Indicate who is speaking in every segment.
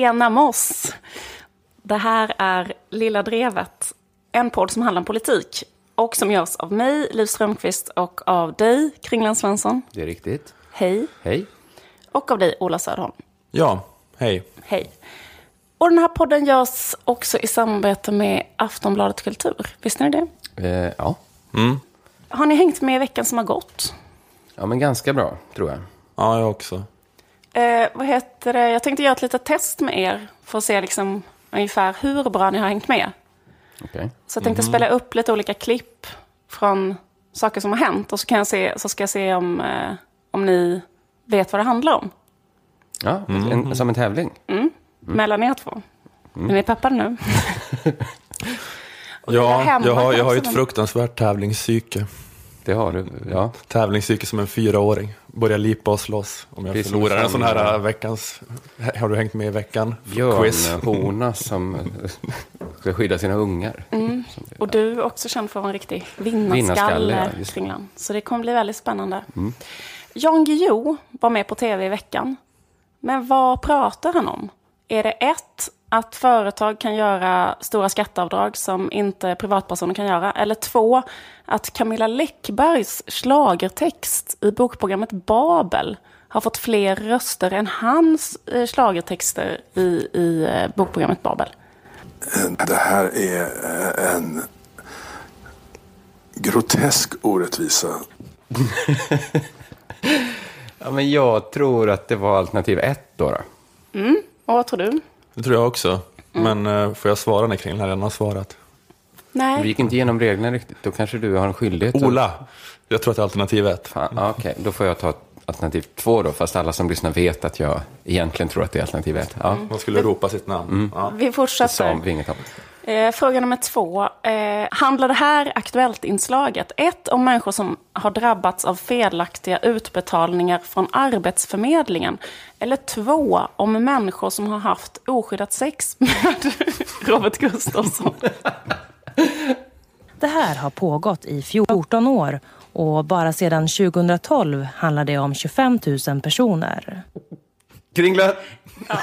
Speaker 1: Tjena Moss! Det här är Lilla Drevet, en podd som handlar om politik och som görs av mig, Liv Strömqvist, och av dig, Kringland Svensson.
Speaker 2: Det är riktigt.
Speaker 1: Hej.
Speaker 2: Hej.
Speaker 1: Och av dig, Ola Söderholm.
Speaker 3: Ja, hej.
Speaker 1: Hej. Och den här podden görs också i samarbete med Aftonbladet Kultur. Visste ni det?
Speaker 2: Ja.
Speaker 3: Mm.
Speaker 1: Har ni hängt med i veckan som har gått?
Speaker 2: Ja, men ganska bra, tror jag.
Speaker 3: Ja, jag också.
Speaker 1: Vad heter det? Jag tänkte göra ett litet test med er för att se liksom ungefär hur bra ni har hängt med.
Speaker 2: Okay.
Speaker 1: Så jag tänkte spela upp lite olika klipp från saker som har hänt. Och så ska jag se om ni vet vad det handlar om.
Speaker 2: Ja, som en tävling.
Speaker 1: Mellan er två. Är ni peppade nu?
Speaker 3: Ja, jag har ju ett fruktansvärt tävlingspsyke.
Speaker 2: Det har du, ja.
Speaker 3: Tävlingspsyke som en 4-åring. Börjar lipa och slåss om jag förlorar en sån här veckans... Har du hängt med i veckan?
Speaker 2: Quiz. Hona som ska skydda sina ungar.
Speaker 1: Och du är också känd för att vara en riktig vinnarskalle, Kringland. Så det kommer bli väldigt spännande. Jan Guillou var med på tv i veckan. Men vad pratar han om? Är det att företag kan göra stora skatteavdrag som inte privatpersoner kan göra? Eller 2, att Camilla Läckbergs schlagertext i bokprogrammet Babel har fått fler röster än hans schlagertexter i bokprogrammet Babel?
Speaker 4: Det här är en grotesk orättvisa.
Speaker 2: Ja, men jag tror att det var alternativ 1 då.
Speaker 1: Och vad tror du?
Speaker 3: Det tror jag också. Men får jag svara när Kringland redan har svarat?
Speaker 1: Nej.
Speaker 2: Vi gick inte igenom reglerna riktigt. Då kanske du har en skyldighet.
Speaker 3: Ola! Jag tror att det är alternativ 1.
Speaker 2: Okej, då får jag ta alternativ 2 då. Fast alla som lyssnar vet att jag egentligen tror att det är alternativ 1. Ja.
Speaker 3: Man skulle ropa sitt namn. Ja.
Speaker 1: Vi fortsätter.
Speaker 2: Vi inget om.
Speaker 1: Fråga nummer 2. Handlar det här aktuellt-inslaget 1 om människor som har drabbats av felaktiga utbetalningar från Arbetsförmedlingen? Eller 2 om människor som har haft oskyddat sex med Robert Gustafsson?
Speaker 5: Det här har pågått i 14 år och bara sedan 2012 handlar det om 25 000 personer.
Speaker 2: Kringla! Ja.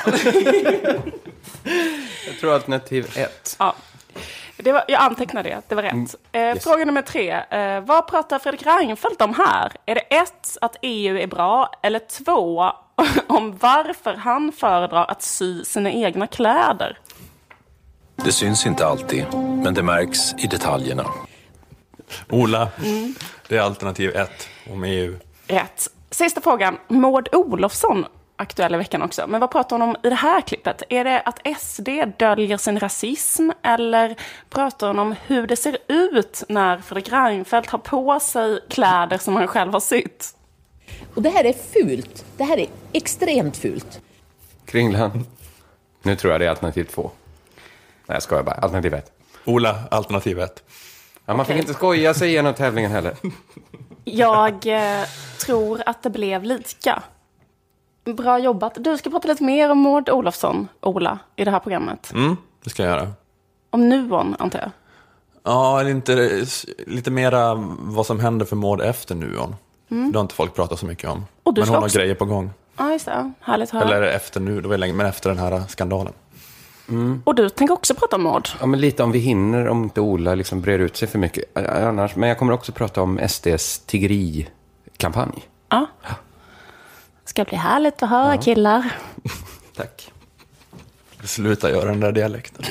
Speaker 2: Jag tror alternativ 1.
Speaker 1: Ja. Jag antecknar det, det var rätt.
Speaker 2: Yes.
Speaker 1: Fråga nummer 3. Vad pratar Fredrik Reinfeldt om här? Är det 1 att EU är bra? Eller 2 om varför han föredrar att sy sina egna kläder?
Speaker 6: Det syns inte alltid, men det märks i detaljerna.
Speaker 3: Ola, det är alternativ 1 om EU.
Speaker 1: Rätt. Sista frågan. Maud Olofsson, aktuell i veckan också. Men vad pratar hon om i det här klippet? Är det att SD döljer sin rasism? Eller pratar hon om hur det ser ut när Fredrik Reinfeldt har på sig kläder som han själv har sytt?
Speaker 7: Och det här är fult. Det här är extremt fult.
Speaker 2: Kringland. Nu tror jag det är alternativ 2. Nej, jag skojar bara. Alternativ 1.
Speaker 3: Ola, alternativ 1.
Speaker 2: Ja, man fick inte skoja sig igenom tävlingen heller.
Speaker 1: Jag tror att det blev lika. Bra jobbat. Du ska prata lite mer om Maud Olofsson, Ola, i det här programmet.
Speaker 3: Det ska jag göra.
Speaker 1: Om Nuon, antar jag.
Speaker 3: Ja, eller lite mera vad som händer för Maud efter Nuon. Det har inte folk pratat så mycket om.
Speaker 1: Och du
Speaker 3: men hon har
Speaker 1: också...
Speaker 3: grejer på gång.
Speaker 1: Ja, just det. Härligt att höra.
Speaker 3: Eller efter nu, det var länge, men efter den här skandalen.
Speaker 1: Och du tänker också prata om Maud?
Speaker 2: Ja, men lite om vi hinner, om inte Ola liksom brer ut sig för mycket. Annars, men jag kommer också prata om SDs tiggerikampanj.
Speaker 1: Ja. Ska bli härligt att höra, killar.
Speaker 2: Tack.
Speaker 3: Sluta göra den där dialekten.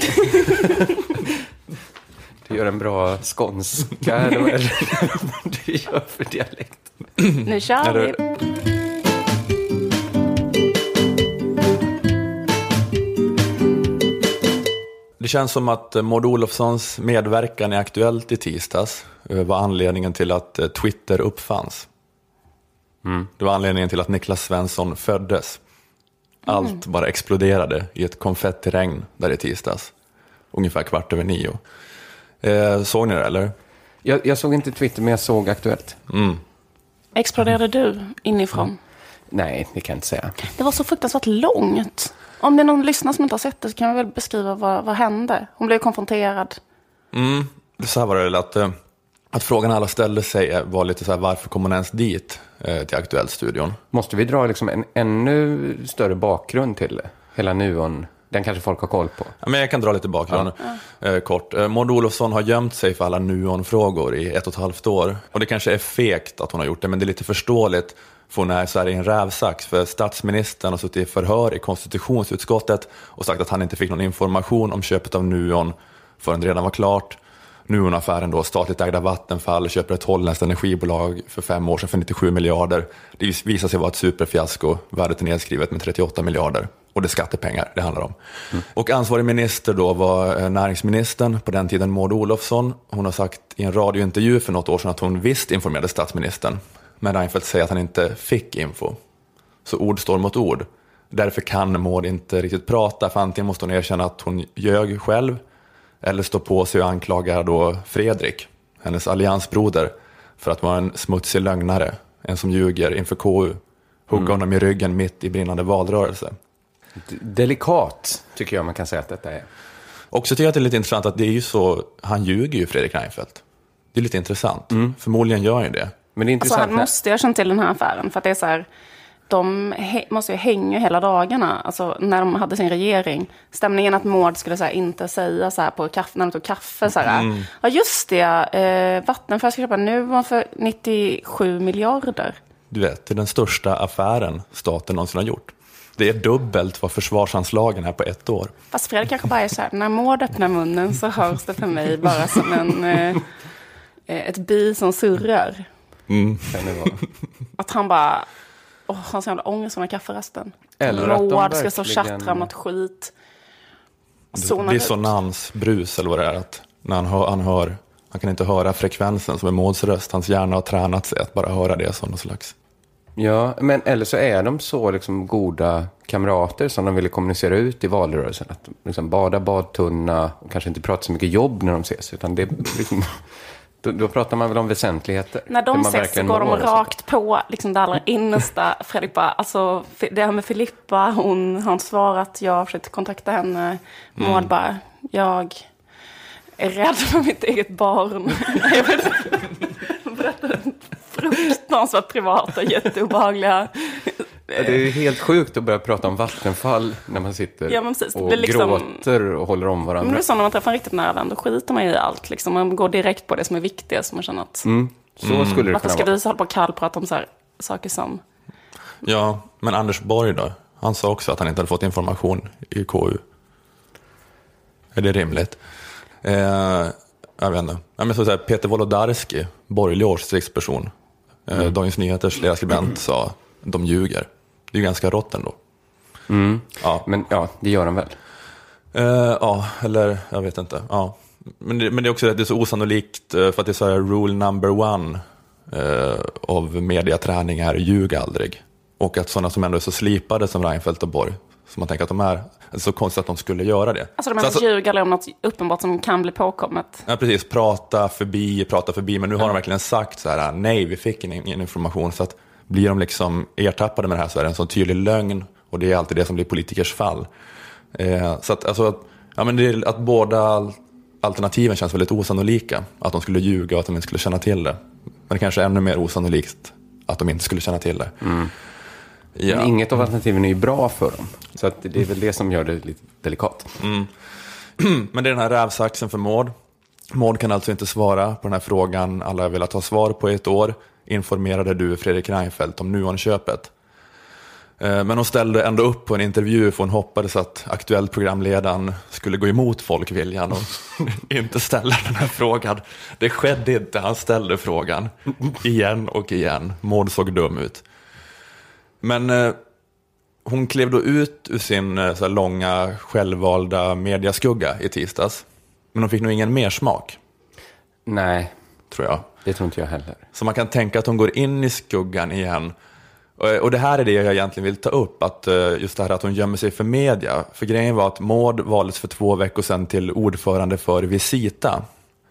Speaker 2: Du gör en bra skånska. Eller vad du gör för dialekt.
Speaker 1: Nu kör vi.
Speaker 3: Det känns som att Maud Olofssons medverkan i Aktuellt i tisdags var anledningen till att Twitter uppfanns. Det var anledningen till att Niklas Svensson föddes. Allt bara exploderade i ett konfettiregn där i tisdags. Ungefär 9:15. Såg ni det, eller?
Speaker 2: Jag såg inte Twitter, men jag såg Aktuellt.
Speaker 1: Exploderade du inifrån?
Speaker 2: Nej, det kan jag inte säga.
Speaker 1: Det var så fruktansvärt långt. Om det är någon lyssnare som inte har sett det så kan jag väl beskriva vad hände. Hon blev konfronterad.
Speaker 3: Så här var det att frågan alla ställde sig var lite så här, varför kom hon ens dit till Aktuellt-studion?
Speaker 2: Måste vi dra liksom en ännu större bakgrund till hela Nuon Den kanske folk har koll på.
Speaker 3: Ja, men jag kan dra lite bakgrund kort. Maud Olofsson har gömt sig för alla Nuon-frågor i 1,5 år. Och det kanske är fegt att hon har gjort det, men det är lite förståeligt. För hon är så här i en rävsax. För statsministern har suttit i förhör i konstitutionsutskottet och sagt att han inte fick någon information om köpet av Nuon förrän det redan var klart. Nuon-affären då, statligt ägda Vattenfall köper ett holländskt energibolag för 5 år sedan för 97 miljarder. Det visar sig vara ett superfiasko, värdet är nedskrivet med 38 miljarder. Och det är skattepengar det handlar om. Och ansvarig minister då var näringsministern, på den tiden Maud Olofsson. Hon har sagt i en radiointervju för något år sedan att hon visst informerade statsministern. Men Reinfeldt säger att han inte fick info. Så ord står mot ord. Därför kan Maud inte riktigt prata, för antingen måste hon erkänna att hon ljög själv. Eller stå på sig och anklaga då Fredrik, hennes alliansbroder, för att vara en smutsig lögnare. En som ljuger inför KU. Hugga honom i ryggen mitt i brinnande valrörelse.
Speaker 2: Delikat tycker jag man kan säga att detta är.
Speaker 3: Också tycker jag att det är lite intressant att det är ju så, han ljuger ju Fredrik Reinfeldt. Det är lite intressant. Förmodligen gör han ju det.
Speaker 2: Men det är intressant.
Speaker 1: Alltså han måste ju ha känt till den här affären, för att det är så här, de måste ju hänga hela dagarna. Alltså när de hade sin regering. Stämningen att Maud skulle så här, inte säga så här på kaffe, när de tog kaffe så här. Ja just det, Vattenfall ska köpa Nuon för 97 miljarder.
Speaker 3: Du vet, det är den största affären staten någonsin har gjort. Det är dubbelt vad försvarsanslagen är på 1 år.
Speaker 1: Fast Fredrik kanske bara är så här, när Maud öppnar munnen så hörs det för mig bara som ett bi som surrar.
Speaker 2: Kan det vara.
Speaker 1: Att han bara, han så jävla ångest under kafferesten.
Speaker 2: Eller att de
Speaker 1: Maud ska så
Speaker 2: verkligen...
Speaker 1: tjattra mot skit.
Speaker 3: Dissonansbrus eller vad det är. Att när han kan inte höra frekvensen som är Mauds röst. Hans hjärna har tränat sig att bara höra det som någon slags.
Speaker 2: Ja, men eller så är de så liksom goda kamrater som de ville kommunicera ut i valrörelsen. Att liksom bada badtunna och kanske inte prata så mycket jobb när de ses. Utan det liksom, då pratar man väl om väsentligheter.
Speaker 1: När de ses så går de rakt på liksom det allra innersta. Fredrik bara, alltså det här med Filippa, hon har svarat, jag har försökt kontakta henne. Maud bara, jag är rädd för mitt eget barn. Jag berättar fruktansvärt privata, jätteobehagliga.
Speaker 2: Ja, det är helt sjukt att börja prata om Vattenfall när man sitter och gråter och håller om varandra.
Speaker 1: Men det är så när man träffar en riktigt nära vän, då skiter man i allt. Liksom. Man går direkt på det som är viktigt, som man känner att...
Speaker 2: Så skulle det kunna
Speaker 1: varför ska
Speaker 2: vara.
Speaker 1: vi så hålla på och kallprata om så här saker som...
Speaker 3: Ja, men Anders Borg då? Han sa också att han inte hade fått information i KU. Är det rimligt? Jag vet inte. Men så här, Peter Wolodarski, borgerlig åsiktsperson, Dagens Nyheters ledarskribent, sa de ljuger. Det är ju ganska rått ändå. Ja.
Speaker 2: Men ja, det gör de väl.
Speaker 3: Ja, eller jag vet inte. Ja. Men det är också att det är så osannolikt, för att det är så här rule number 1 av mediaträning är ljug aldrig. Och att sådana som ändå är så slipade som Reinfeldt och Borg, som man tänker att de är så konstigt att de skulle göra det.
Speaker 1: Alltså de är ljug eller om något uppenbart som kan bli påkommet.
Speaker 3: Ja, precis. Prata förbi. Men nu har de verkligen sagt så här: nej, vi fick ingen information. Så att blir de liksom ertappade med det här så är det en sån tydlig lögn. Och det är alltid det som blir politikers fall. Så att, alltså, ja, men det är att båda alternativen känns väldigt osannolika. Att de skulle ljuga och att de inte skulle känna till det. Men det kanske är ännu mer osannolikt att de inte skulle känna till det. Ja.
Speaker 2: Men inget av alternativen är ju bra för dem. Så att det är väl det som gör det lite delikat.
Speaker 3: Men det är den här rävsaxen för Maud. Maud kan alltså inte svara på den här frågan alla har velat ha svar på i 1 år. Informerade du Fredrik Reinfeldt om Nuon-köpet? Men hon ställde ändå upp på en intervju, för hon hoppades att aktuellt programledaren skulle gå emot folkviljan och inte ställa den här frågan. Det skedde inte, han ställde frågan igen och igen. Maud såg dum ut. Men hon klev då ut ur sin så här långa självvalda mediaskugga i tisdags. Men hon fick nog ingen mer smak.
Speaker 2: Nej,
Speaker 3: tror jag.
Speaker 2: Det tror inte jag heller.
Speaker 3: Så man kan tänka att hon går in i skuggan igen. Och det här är det jag egentligen vill ta upp. Att just det här att hon gömmer sig för media. För grejen var att Maud valdes för 2 veckor sedan till ordförande för Visita.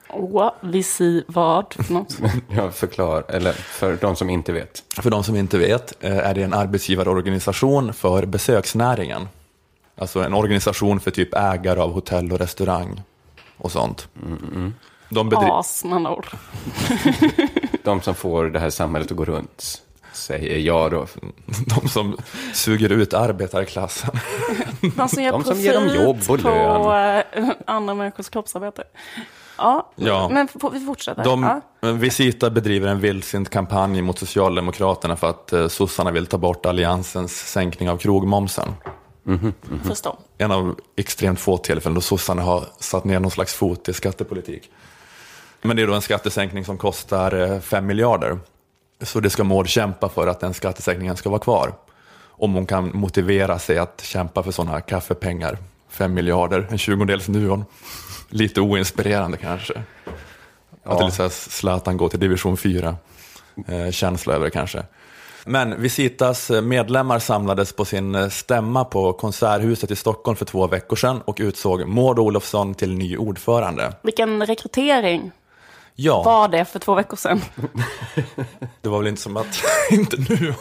Speaker 1: Vad?
Speaker 2: Jag förklarar, eller för de som inte vet.
Speaker 3: För de som inte vet är det en arbetsgivarorganisation för besöksnäringen. Alltså en organisation för typ ägare av hotell och restaurang och sånt.
Speaker 1: Asmanor.
Speaker 2: De som får det här samhället att gå runt. säger jag då.
Speaker 3: De som suger ut arbetarklassen.
Speaker 1: De som
Speaker 2: ger dem jobb och lön.
Speaker 1: På andra människors kroppsarbete. Ja, men vi fortsätter.
Speaker 3: Visita bedriver en vildsint kampanj mot Socialdemokraterna för att sossarna vill ta bort alliansens sänkning av krogmomsen.
Speaker 1: Förstå.
Speaker 3: En av extremt få tillfällen då sossarna har satt ner någon slags fot i skattepolitik. Men det är då en skattesänkning som kostar 5 miljarder. Så det ska Maud kämpa för att den skattesänkningen ska vara kvar. Om hon kan motivera sig att kämpa för sådana kaffepengar. 5 miljarder, en 20-dels nuon. Lite oinspirerande kanske. Ja. Att det så här Zlatan går till division 4. Känsla över det kanske. Men Visitas medlemmar samlades på sin stämma på Konserthuset i Stockholm för 2 veckor sedan och utsåg Maud Olofsson till ny ordförande.
Speaker 1: Vilken rekrytering var det för 2 veckor sedan?
Speaker 3: Det var väl inte som att, inte nu.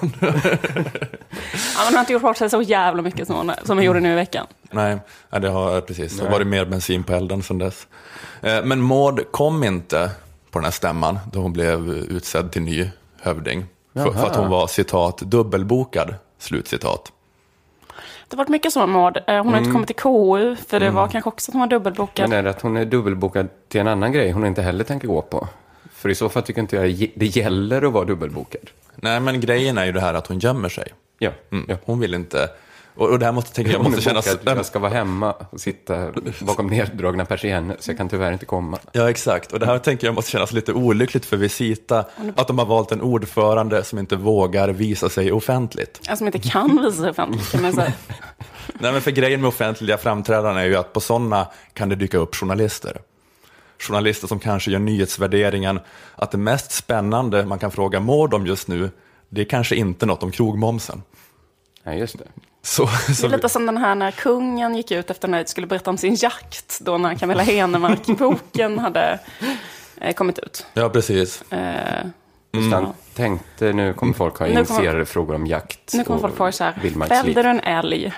Speaker 1: Man har inte gjort bort sig så jävla mycket som jag gjorde nu i veckan.
Speaker 3: Nej, det har precis. Det har varit mer bensin på elden sedan dess. Men Maud kom inte på den här stämman då hon blev utsedd till ny hövding. För att hon var, citat, dubbelbokad, slutcitat.
Speaker 1: Det har varit mycket så med Maud. Hon har inte kommit till KU, för det var kanske också att hon var dubbelbokad.
Speaker 2: Men är det att hon är dubbelbokad till en annan grej hon inte heller tänker gå på? För i så fall tycker inte jag det gäller att vara dubbelbokad.
Speaker 3: Nej, men grejen är ju det här att hon gömmer sig.
Speaker 2: Ja.
Speaker 3: Hon vill inte... Och det här måste kännas...
Speaker 2: Jag ska vara hemma och sitta bakom neddragna persienner, så jag kan tyvärr inte komma.
Speaker 3: Ja, exakt. Och det här tänker jag måste kännas lite olyckligt för Visita. Att de har valt en ordförande som inte vågar visa sig offentligt.
Speaker 1: Som inte kan visa sig offentligt, kan man säga.
Speaker 3: Nej, men för grejen med offentliga framträdanden är ju att på sådana kan det dyka upp journalister. Journalister som kanske gör nyhetsvärderingen att det mest spännande man kan fråga Maud om just nu, det är kanske inte något om krogmomsen.
Speaker 2: Ja, just det.
Speaker 1: Det är lite som den här när kungen gick ut efter när skulle berätta om sin jakt, då när Camilla Henemark-boken hade kommit ut.
Speaker 3: Ja, precis.
Speaker 2: Han tänkte, nu kommer folk ha initierade frågor om jakt.
Speaker 1: Nu kommer folk fråga så här, fällde du en älg?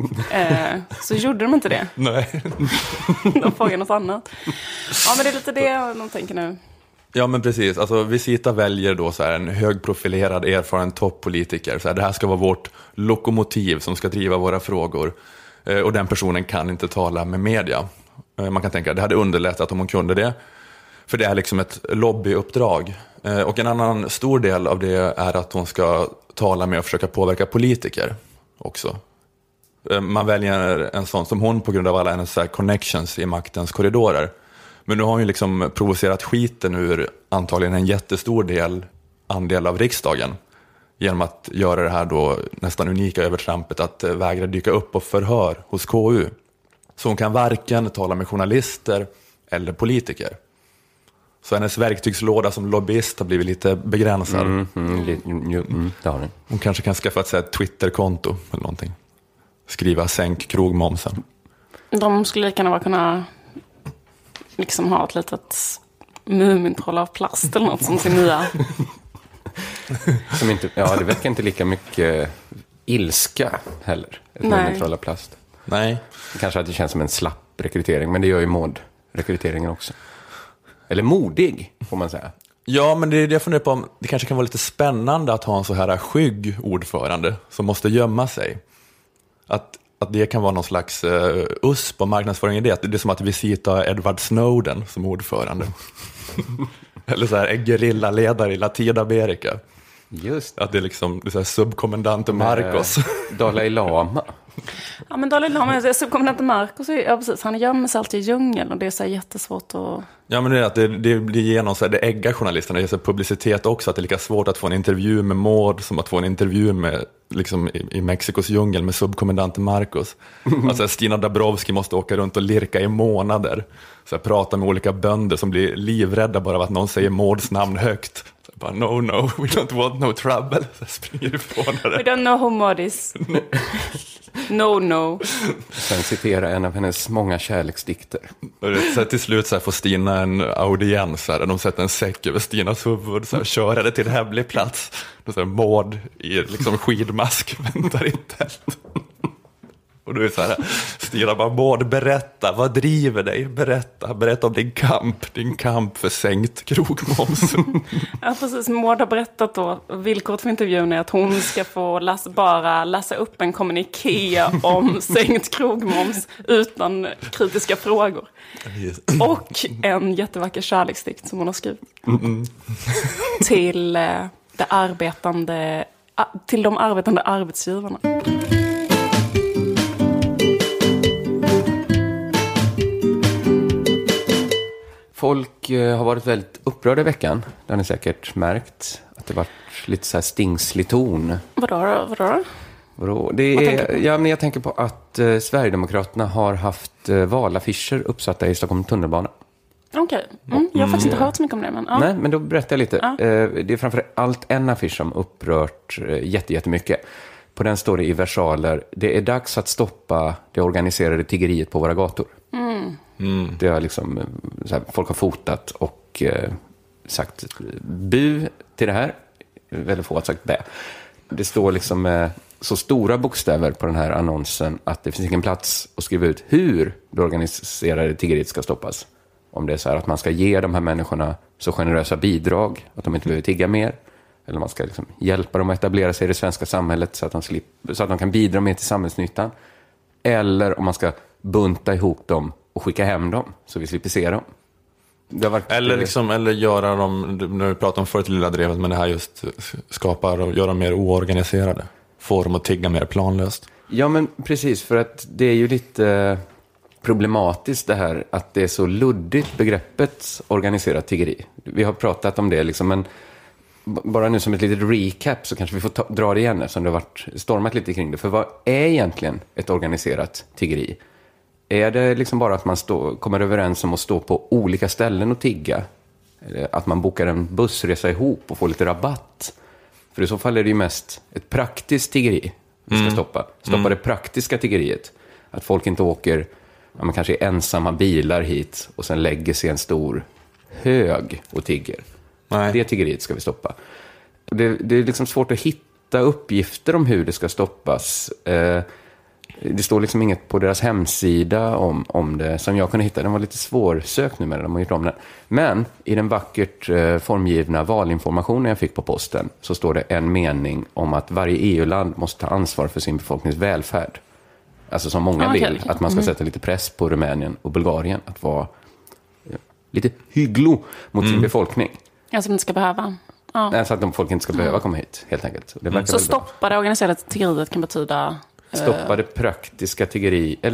Speaker 1: Så gjorde de inte det.
Speaker 3: Nej.
Speaker 1: De frågar något annat. Ja, men det är lite det de tänker nu.
Speaker 3: Ja, men precis. Alltså, Visita väljer då så här en högprofilerad, erfaren toppolitiker. Så här, det här ska vara vårt lokomotiv som ska driva våra frågor. Och den personen kan inte tala med media. Man kan tänka att det hade underlättat om hon kunde det. För det är liksom ett lobbyuppdrag. Och en annan stor del av det är att hon ska tala med och försöka påverka politiker också. Man väljer en sån som hon på grund av alla hennes så här connections i maktens korridorer. Men nu har hon ju liksom provocerat skiten ur antagligen en jättestor andel av riksdagen. Genom att göra det här då nästan unika övertrampet att vägra dyka upp och förhör hos KU. Så hon kan varken tala med journalister eller politiker. Så hennes verktygslåda som lobbyist har blivit lite begränsad. Hon kanske kan skaffa ett Twitter-konto eller någonting. Skriva sänk krogmomsen.
Speaker 1: De skulle lika gärna kunna liksom ha ett litet mumintroll av plast eller något som sin nya.
Speaker 2: Som inte, det väcker inte lika mycket ilska heller. Ett mumintroll av plast.
Speaker 3: Nej.
Speaker 2: Kanske att det känns som en slapp rekrytering, men det gör ju Maud-rekryteringen också. Eller modig, får man säga.
Speaker 3: Ja, men det är det jag funderar på om det kanske kan vara lite spännande att ha en så här skygg ordförande som måste gömma sig. Att det kan vara någon slags USP och marknadsföring i det. Det är som att Visita Edward Snowden som ordförande. Eller så här en gerillaledare i Latinamerika.
Speaker 2: Just.
Speaker 3: Att det är liksom det är så här subkommendante Marcos.
Speaker 2: Dalai Lama.
Speaker 1: Ja, men Dalai Lama, subkommendante Marcos, ja precis, han gömmer sig alltid i djungeln och det är så jättesvårt att...
Speaker 3: Ja, men det är att det blir genom så här, det äggar journalisterna, det är så publicitet också, att det är lika svårt att få en intervju med Maud som att få en intervju med liksom i Mexikos djungel med subkommendante Marcos. Alltså Stina Dabrowski måste åka runt och lirka i månader, så här, prata med olika bönder som blir livrädda bara av att någon säger Mauds namn högt. Bara, no, we don't want no trouble. Så springer ifrån det.
Speaker 1: We don't know who Maud is. No.
Speaker 2: Sen citera en av hennes många kärleksdikter.
Speaker 3: Så till slut så här får Stina en audiens där de sätter en säck över Stinas huvud så här, kör henne till hemlig plats. Då så här, Maud i liksom skidmask väntar i tält. Och du är så här, Stina bara, Maud, berätta, vad driver dig? Berätta om din kamp för sänkt krogmoms.
Speaker 1: Ja, precis. Maud har berättat då, villkoret för intervjun är att hon ska få läsa upp en kommuniké om sänkt krogmoms utan kritiska frågor. Och en jättevacker kärleksdikt som hon har skrivit. Till de arbetande arbetsgivarna.
Speaker 2: Folk har varit väldigt upprörda i veckan. Det har ni säkert märkt. Att det varit lite så här stingslig ton. Vadå? Det är, men jag tänker på att Sverigedemokraterna har haft valaffischer uppsatta i Stockholm tunnelbana.
Speaker 1: Okej. Jag har faktiskt inte hört så mycket om det. Men, ja.
Speaker 2: Nej, men då berättar jag lite. Det är framför allt en affisch som upprört jättemycket. På den står det i versaler: det är dags att stoppa det organiserade tiggeriet på våra gator. Det är liksom, så här, folk har fotat och sagt bu till det här. Väldigt få har sagt bä. Det står liksom så stora bokstäver på den här annonsen att det finns ingen plats att skriva ut hur det organiserade tiggeriet ska stoppas. Om det är så här att man ska ge de här människorna så generösa bidrag att de inte behöver tigga mer. Eller man ska liksom hjälpa dem att etablera sig i det svenska samhället så att de kan bidra mer till samhällsnyttan. Eller om man ska bunta ihop dem och skicka hem dem så vi slipper se dem.
Speaker 3: Eller göra dem, när vi pratar om förut lilla drevet, men det här just skapar och göra dem mer oorganiserade. Få dem att tigga mer planlöst.
Speaker 2: Ja, men precis, för att det är ju lite problematiskt det här att det är så luddigt begreppet organiserat tiggeri. Vi har pratat om det liksom, men bara nu som ett litet recap så kanske vi får dra det igen som det har varit stormat lite kring det. För vad är egentligen ett organiserat tiggeri? Är det liksom bara att man kommer överens om att stå på olika ställen och tigga? Eller att man bokar en bussresa ihop och får lite rabatt? För i så fall är det ju mest ett praktiskt tiggeri vi ska stoppa. Stoppa det praktiska tiggeriet. Att folk inte åker kanske i ensamma bilar hit och sen lägger sig en stor hög och tigger. Nej. Det tiggeriet ska vi stoppa. Det är liksom svårt att hitta uppgifter om hur det ska stoppas. Det står liksom inget på deras hemsida om det som jag kunde hitta. Den var lite svårsökt nu med de har gjort om den. Men i den vackert formgivna valinformationen jag fick på posten så står det en mening om att varje EU-land måste ta ansvar för sin befolknings välfärd. Alltså som många vill. Att man ska sätta lite press på Rumänien och Bulgarien att vara lite hygglo mot sin befolkning.
Speaker 1: Alltså inte ska behöva.
Speaker 2: Ja. Så att folk inte ska behöva komma hit, helt enkelt.
Speaker 1: Så stoppa det organiserade tiggeriet kan betyda...
Speaker 2: Stoppa det praktiska tiggeri. Eller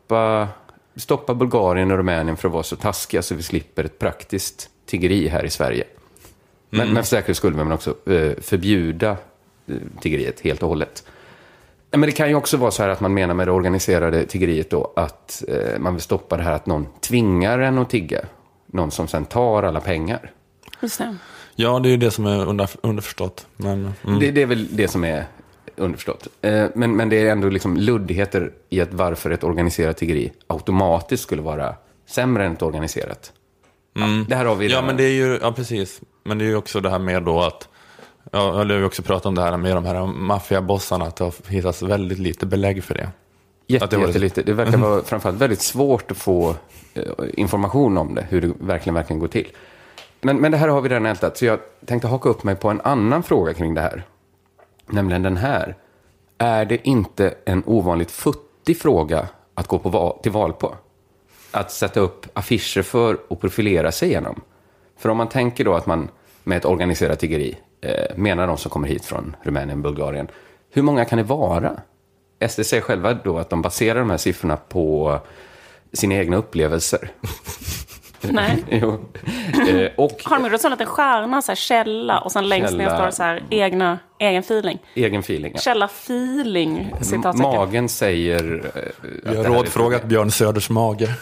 Speaker 2: stoppa Bulgarien och Rumänien för att vara så taskiga så vi slipper ett praktiskt tiggeri här i Sverige. Men för säkerhets skull vill man också förbjuda tiggeriet helt och hållet. Men det kan ju också vara så här att man menar med det organiserade tiggeriet då att man vill stoppa det här att någon tvingar en att tigga. Någon som sen tar alla pengar.
Speaker 1: Just det.
Speaker 3: Ja, det är ju det som är underförstått. Men,
Speaker 2: Det är väl det som är underförstått. Men det är ändå liksom luddigheter i att varför ett organiserat tiggeri automatiskt skulle vara sämre än ett organiserat. Ja, det här har vi.
Speaker 3: Ja, men det är ju, ja precis. Men det är ju också det här med då att, ja, jag har ju också pratat om det här med de här maffiabossarna, att det har hittats väldigt lite belägg för det.
Speaker 2: Jättelite. Det verkar vara framförallt väldigt svårt att få information om det, hur det verkligen går till. Men det här har vi redan ältat, så jag tänkte haka upp mig på en annan fråga kring det här. Nämligen den här. Är det inte en ovanligt futtig fråga att gå till val på? Att sätta upp affischer för och profilera sig igenom. För om man tänker då att man med ett organiserat tiggeri menar de som kommer hit från Rumänien och Bulgarien. Hur många kan det vara? SD säger själva då att de baserar de här siffrorna på sina egna upplevelser.
Speaker 1: Nej.
Speaker 2: Jo. Och
Speaker 1: har de gjort en liten stjärna, så här, källa, och sen längst ner står det så här, egen feeling.
Speaker 2: Egen feeling, ja.
Speaker 1: Källa feeling, citattecken.
Speaker 2: Magen säger...
Speaker 3: Vi har rådfrågat Björn Söders mage.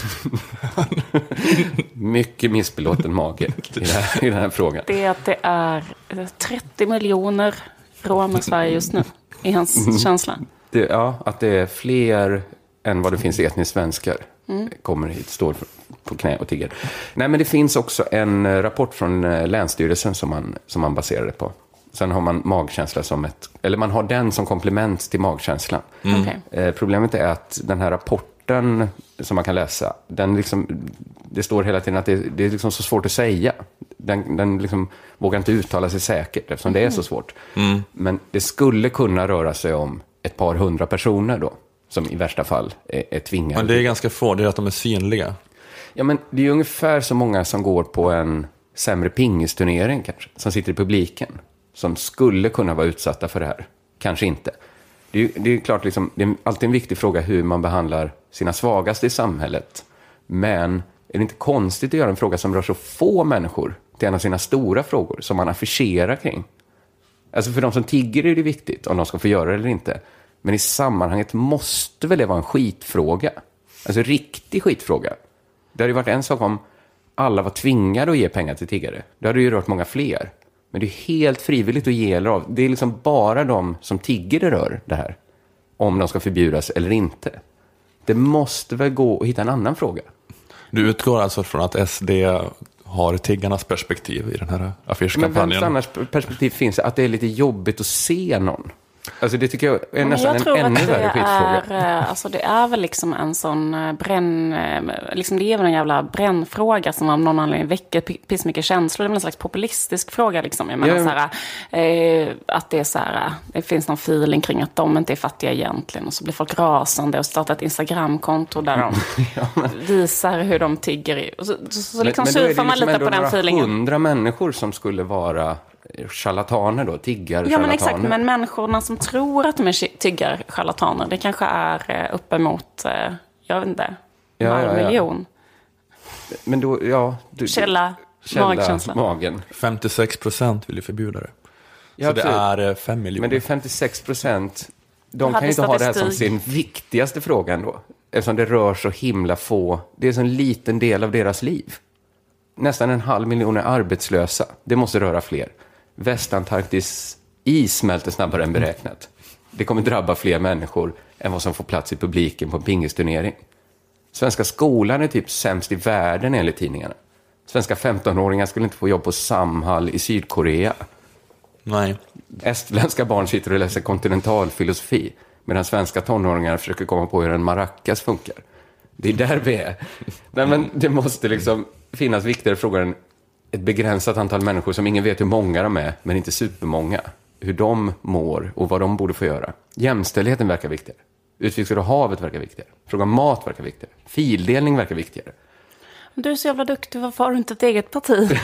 Speaker 2: Mycket missbelåten mage i den här frågan.
Speaker 1: Det är att det är 30 miljoner romer i Sverige just nu, i hans känsla.
Speaker 2: Att det är fler än vad det finns etniska svenskar kommer hit, står på knä och tigger. Nej, men det finns också en rapport från Länsstyrelsen som man baserar det på. Sen har man magkänsla man har den som komplement till magkänslan. Problemet är att den här rapporten som man kan läsa, det står hela tiden att det är liksom så svårt att säga. Den liksom vågar inte uttala sig säkert eftersom det är så svårt. Men det skulle kunna röra sig om ett par 100 personer då, som i värsta fall är tvingade.
Speaker 3: Men det är ganska få, det är att de är synliga.
Speaker 2: Ja, men det är ju ungefär så många som går på en sämre pingisturnering kanske, som sitter i publiken, som skulle kunna vara utsatta för det här. Kanske inte. Det är klart, liksom, det är alltid en viktig fråga hur man behandlar sina svagaste i samhället. Men är det inte konstigt att göra en fråga som rör så få människor till en av sina stora frågor som man affischerar kring? Alltså för de som tigger är det viktigt om de ska få göra det eller inte. Men i sammanhanget måste väl det vara en skitfråga? Alltså riktig skitfråga. Det hade ju varit en sak om alla var tvingade att ge pengar till tiggare. Det hade ju rört många fler. Men det är helt frivilligt att ge eller av. Det är liksom bara de som tigger det rör det här. Om de ska förbjudas eller inte. Det måste väl gå att hitta en annan fråga.
Speaker 3: Du utgår alltså från att SD har tiggarnas perspektiv i den här affischkampanjen?
Speaker 2: Men vems annars perspektiv finns att det är lite jobbigt att se någon? Alltså det tycker jag är nästan en ännu värre skitfråga.
Speaker 1: Alltså det är väl liksom en sån liksom det är väl en jävla brännfråga som av någon anledning väcker pissmycket känslor. Det är väl en slags populistisk fråga liksom. Jag menar att det är så här, det finns någon feeling kring att de inte är fattiga egentligen. Och så blir folk rasande och startar ett Instagramkonto där de visar hur de tigger. Och så liksom surfar man lite på den feelingen.
Speaker 2: 100 människor som skulle vara charlataner då, tiggar-charlataner.
Speaker 1: Ja, men exakt, men människorna som tror att de är tiggar-charlataner, det kanske är uppemot, jag vet inte, miljon. Men då, källa magkänsla.
Speaker 2: Magen.
Speaker 3: 56% vill ju förbjuda det. Ja, så absolut. Det är 5 miljoner.
Speaker 2: Men det är 56%. De kan ju inte ha det här som sin viktigaste fråga ändå. Eftersom det rör så himla få. Det är så en liten del av deras liv. Nästan 500 000 är arbetslösa. Det måste röra fler. Västantarktis is smälter snabbare än beräknat. Det kommer drabba fler människor än vad som får plats i publiken på en pingisturnering. Svenska skolan är typ sämst i världen enligt tidningarna. Svenska 15-åringar skulle inte få jobb på Samhall i Sydkorea.
Speaker 3: Nej.
Speaker 2: Estländska barn sitter och läser kontinentalfilosofi medan svenska tonåringar försöker komma på hur en maracas funkar. Det är där vi är. Nej, men det måste liksom finnas viktigare frågor än ett begränsat antal människor som ingen vet hur många de är, men inte supermånga. Hur de mår och vad de borde få göra. Jämställdheten verkar viktigare. Utvikter av havet verkar viktigare. Frågan om mat verkar viktigare. Fildelning verkar viktigare.
Speaker 1: Du är så jävla duktig, varför har du inte ett eget parti?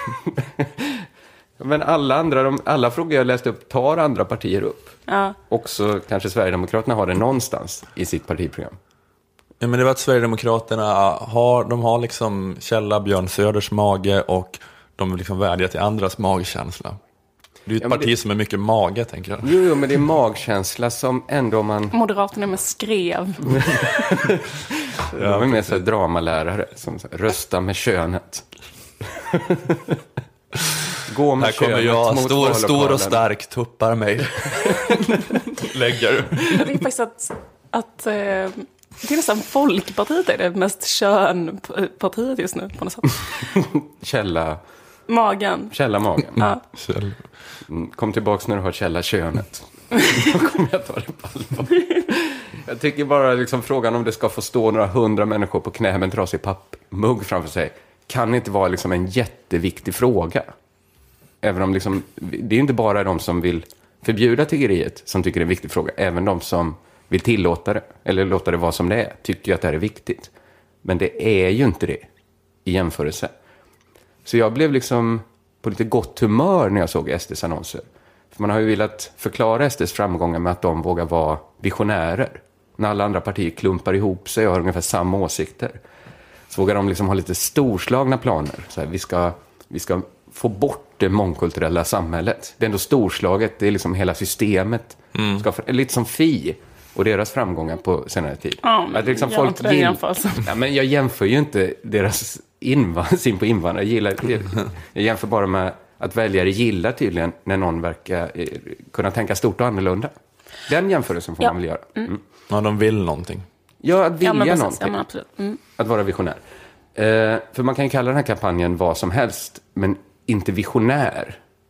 Speaker 2: Men alla frågor jag läste upp tar andra partier upp. Ja. Också kanske Sverigedemokraterna har det någonstans i sitt partiprogram.
Speaker 3: Ja, men det var att Sverigedemokraterna har liksom källa Björn Söders mage och de liksom vädjar till andras magkänsla. Det är ju ett parti som är mycket mage, tänker jag.
Speaker 2: Jo, men det är magkänsla som ändå man...
Speaker 1: Moderaterna med skrev.
Speaker 2: De är med så dramalärare som rösta med könet. Gå med
Speaker 3: här kommer jag, stor och stark, tuppar mig. Lägger.
Speaker 1: Jag tycker faktiskt att det är nästan Folkpartiet är det mest könpartiet just nu på något sätt.
Speaker 2: Källa
Speaker 1: magen.
Speaker 2: Ja. Kom tillbaks när du har källa könet. Då kommer jag ta det på allvar. Jag tycker bara liksom frågan om det ska få stå några 100 människor på knä med en trasig pappmugg framför sig kan inte vara liksom en jätteviktig fråga. Även om liksom, det är ju inte bara de som vill förbjuda tiggeriet som tycker det är en viktig fråga. Även de som vill tillåta det eller låta det vara som det är tycker att det här är viktigt. Men det är ju inte det i jämförelse. Så jag blev liksom på lite gott humör när jag såg SDs annonser. För man har ju velat förklara SDs framgångar med att de vågar vara visionärer. När alla andra partier klumpar ihop sig och har ungefär samma åsikter. Så vågar de liksom ha lite storslagna planer. Så här, vi ska få bort det mångkulturella samhället. Det är ändå storslaget, det är liksom hela systemet. Lite som Fi och deras framgångar på senare tid. Att liksom folk men jag jämför ju inte deras syn på invandrare. Jag jämför bara med att väljare gillar tydligen när någon verkar kunna tänka stort och annorlunda. Den jämförelsen får man väl göra.
Speaker 3: Ja, de vill någonting.
Speaker 2: Ja, att vilja någonting.
Speaker 1: Ja, absolut.
Speaker 2: Att vara visionär. För man kan ju kalla den här kampanjen vad som helst, men inte visionär.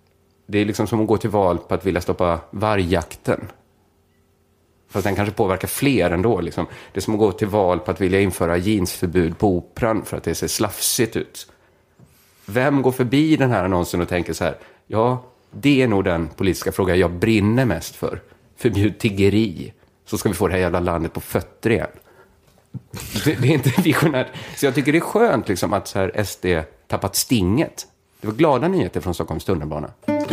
Speaker 2: Det är liksom som att gå till val på att vilja stoppa vargjakten. Fast den kanske påverkar fler ändå. Liksom. Det är som att gå till val på att vilja införa jeansförbud på Operan för att det ser slafsigt ut. Vem går förbi den här annonsen och tänker så här, ja, det är nog den politiska fråga jag brinner mest för. Förbjud tiggeri. Så ska vi få det här jävla landet på fötter igen. Det är inte visionärt. Så jag tycker det är skönt liksom, att så här SD tappat stinget. Det var glada nyheter från Stockholms tunnelbana.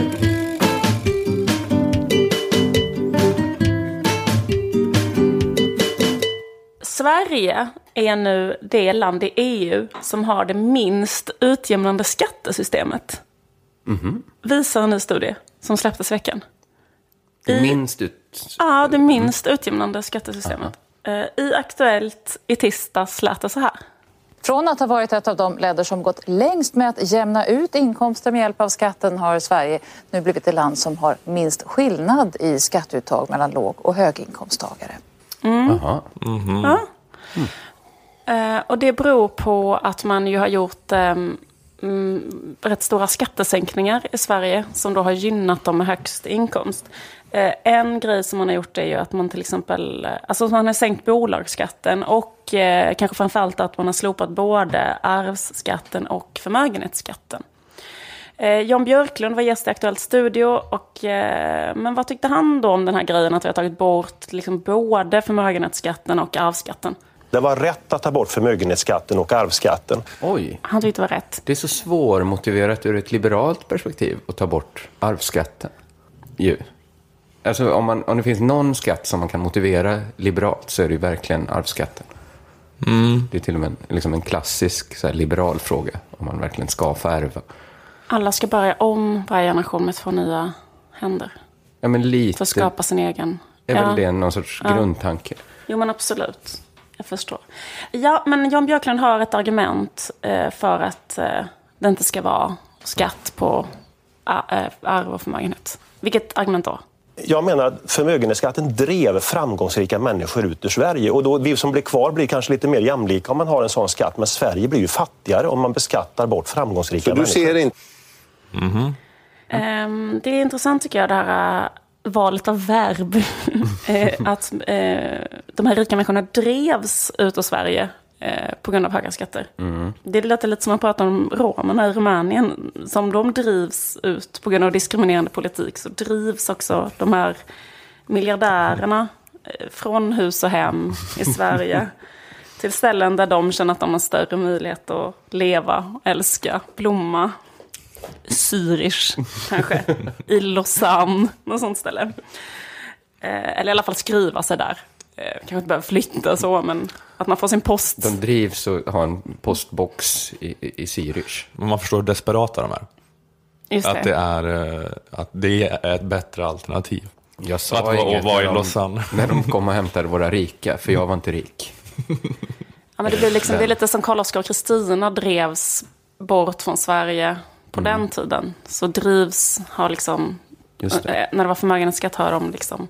Speaker 1: Sverige är nu det land i EU som har det minst utjämnande skattesystemet. Visar en ny studie som släpptes veckan.
Speaker 2: Det
Speaker 1: minst utjämnande skattesystemet. I Aktuellt i tisdags lät det så här.
Speaker 8: Från att ha varit ett av de länder som gått längst med att jämna ut inkomster med hjälp av skatten har Sverige nu blivit det land som har minst skillnad i skatteuttag mellan låg- och höginkomsttagare.
Speaker 1: Och det beror på att man ju har gjort rätt stora skattesänkningar i Sverige som då har gynnat dem med högst inkomst. En grej som man har gjort är ju att man till exempel, alltså man har sänkt bolagsskatten och kanske framförallt att man har slopat både arvsskatten och förmögenhetsskatten. Jan Björklund var gäst i Aktuellt Studio men vad tyckte han då om den här grejen att vi har tagit bort liksom både förmögenhetsskatten och arvsskatten?
Speaker 9: Det var rätt att ta bort förmögenhetsskatten och arvsskatten.
Speaker 2: Oj.
Speaker 1: Han tyckte det var rätt.
Speaker 2: Det är så svårmotiverat ur ett liberalt perspektiv att ta bort arvsskatten. Ju. Alltså om det finns någon skatt som man kan motivera liberalt så är det ju verkligen arvsskatten. Det är till och med liksom en klassisk så här, liberal fråga om man verkligen ska få ärva.
Speaker 1: Alla ska börja om varje generation med 2 nya händer.
Speaker 2: Ja, men lite.
Speaker 1: För att skapa sin egen.
Speaker 2: Är väl det någon sorts grundtanke?
Speaker 1: Jo, men absolut. Jag förstår. Ja, men Jan Björklund har ett argument för att det inte ska vara skatt på arv och förmögenhet. Vilket argument då?
Speaker 9: Jag menar att förmögenhetsskatten drev framgångsrika människor ut ur Sverige. Och då, vi som blir kvar blir kanske lite mer jämlika om man har en sån skatt. Men Sverige blir ju fattigare om man beskattar bort framgångsrika människor. Så du ser inte...
Speaker 1: Det är intressant tycker jag det här valet av verb. Att de här rika människorna drevs ut ur Sverige på grund av höga skatter. Det låter lite som att prata om romerna i Rumänien. Som de drivs ut på grund av diskriminerande politik så drivs också de här miljardärerna från hus och hem i Sverige till ställen där de känner att de har större möjlighet att leva, älska, blomma. Zürich kanske, i Lausanne, något sånt ställe. Eller i alla fall skriva sig där. Kanske inte behöver flytta så, men att man får sin post.
Speaker 2: De drivs och har en postbox i Zürich.
Speaker 3: Men man förstår hur desperata de är.
Speaker 1: Just det.
Speaker 3: Att det är ett bättre alternativ.
Speaker 2: Jag sa inget
Speaker 3: vara i Lausanne.
Speaker 2: När de kom och hämtade våra rika, för jag var inte rik.
Speaker 1: Ja, men det blir liksom, det är lite som Karl-Oskar och Kristina drevs bort från Sverige på den tiden. Så har liksom, när det var förmögenhetsskatt har de liksom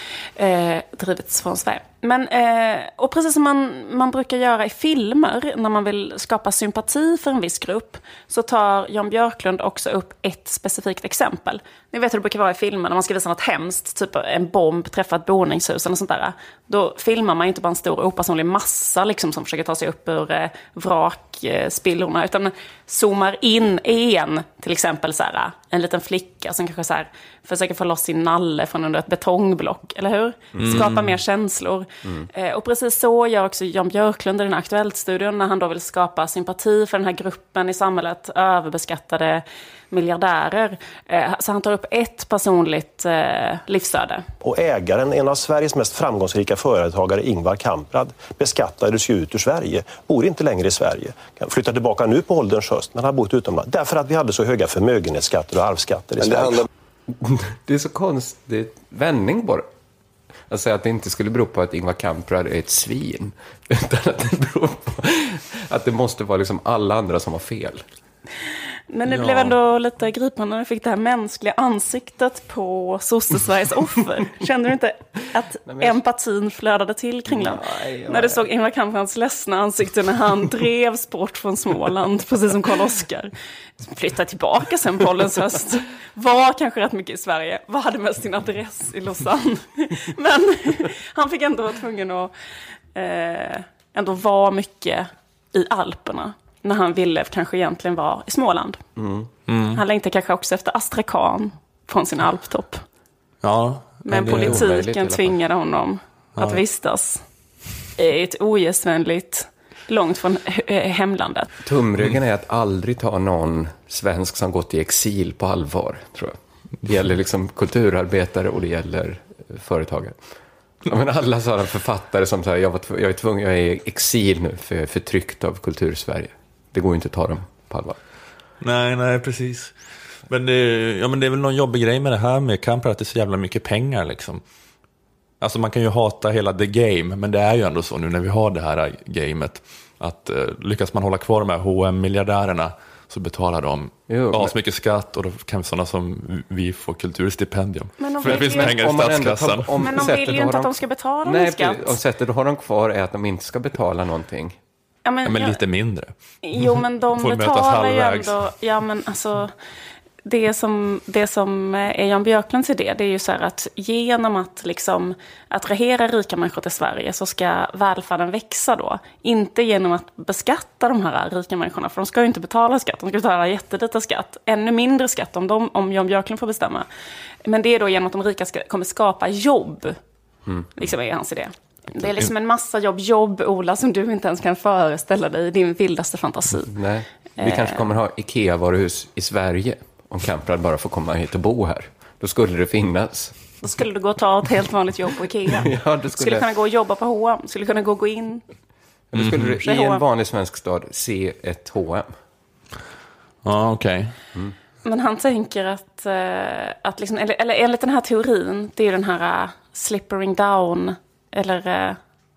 Speaker 1: drivits från Sverige. Men, och precis som man brukar göra i filmer när man vill skapa sympati för en viss grupp så tar Jan Björklund också upp ett specifikt exempel. Ni vet hur det brukar vara i filmer när man ska visa något hemskt, typ en bomb träffar ett boningshus eller sånt där. Då filmar man inte bara en stor opersonlig massa liksom, som försöker ta sig upp ur vrakspillorna utan zoomar in till exempel så här, en liten flicka som kanske så här, försöker få loss sin nalle från under ett betongblock, eller hur? Skapa mer känslor. Och precis så gör också Jan Björklund i den Aktuellt-studion när han då vill skapa sympati för den här gruppen i samhället, överbeskattade miljardärer. Så han tar upp ett personligt livsöde.
Speaker 9: Och ägaren, en av Sveriges mest framgångsrika företagare, Ingvar Kamprad, beskattades ju ut ur Sverige. Bor inte längre i Sverige. Kan flytta tillbaka nu på ålderns höst, men har bott utomlands. Därför att vi hade så höga förmögenhetsskatter och arvsskatter i Sverige.
Speaker 2: Det är så konstigt vändning bara. Att säga att det inte skulle bero på att Ingvar Kamprad är ett svin. Utan att det beror på att det måste vara liksom alla andra som har fel.
Speaker 1: Men det blev ändå lite gripande när du fick det här mänskliga ansiktet på Sosse-Sveriges offer. Kände du inte att empatin flödade till Kringlan? När du såg Ingvar Kamprads ledsna ansikte när han drevs bort från Småland, precis som Karl-Oskar. Flyttade tillbaka sen på ålderns höst. Var kanske rätt mycket i Sverige. Var hade mest sin adress i Lausanne. Men han fick ändå vara tvungen att ändå vara mycket i Alperna. När han ville kanske egentligen vara i Småland. Han längtade kanske också efter Astrakhan från sin alptopp.
Speaker 3: Ja,
Speaker 1: men politiken tvingade honom att vistas i ett ogästvänligt, långt från hemlandet.
Speaker 2: Tumregeln är att aldrig ta någon svensk som gått i exil på allvar, tror jag. Det gäller liksom kulturarbetare och det gäller företagare. Ja, men alla sådana författare som säger jag är i exil nu för jag är förtryckt av kultursverige. Det går ju inte att ta dem på allvar.
Speaker 3: Nej, precis. Men det är väl någon jobbig grej med det här med Kamprad, att det är så jävla mycket pengar liksom. Alltså man kan ju hata hela the game, men det är ju ändå så nu när vi har det här gamet att lyckas man hålla kvar de här H&M-miljardärerna så betalar de så mycket skatt och då kan sådana som vi få kulturstipendium. För det finns pengar i statskassan.
Speaker 1: Men de vill ju inte att de ska betala någon skatt.
Speaker 2: Om sättet du har dem kvar är att de inte ska betala någonting.
Speaker 1: Ja, men
Speaker 3: lite mindre.
Speaker 1: Jo, men de betalar ju ändå. Ja, men alltså det som är Jan Björklunds idé, det är ju så här att genom att liksom attrahera rika människor till Sverige så ska välfärden växa då. Inte genom att beskatta de här rika människorna, för de ska ju inte betala skatt. De ska betala jättelite skatt, ännu mindre skatt om Jan Björklund får bestämma. Men det är då genom att de rika kommer skapa jobb, liksom är hans idé. Det är liksom en massa jobb, Ola, som du inte ens kan föreställa dig i din vildaste fantasi.
Speaker 2: Nej, vi kanske kommer ha IKEA-varuhus i Sverige om Kamprad bara får komma hit och bo här. Då skulle det finnas.
Speaker 1: Då skulle du gå och ta ett helt vanligt jobb på IKEA. Du skulle kunna gå och jobba på H&M. Skulle kunna gå in.
Speaker 2: Då skulle du i en vanlig svensk stad se ett H&M.
Speaker 3: Ja, okej.
Speaker 1: Men han tänker att liksom, eller enligt den här teorin, det är ju den här slippering down, eller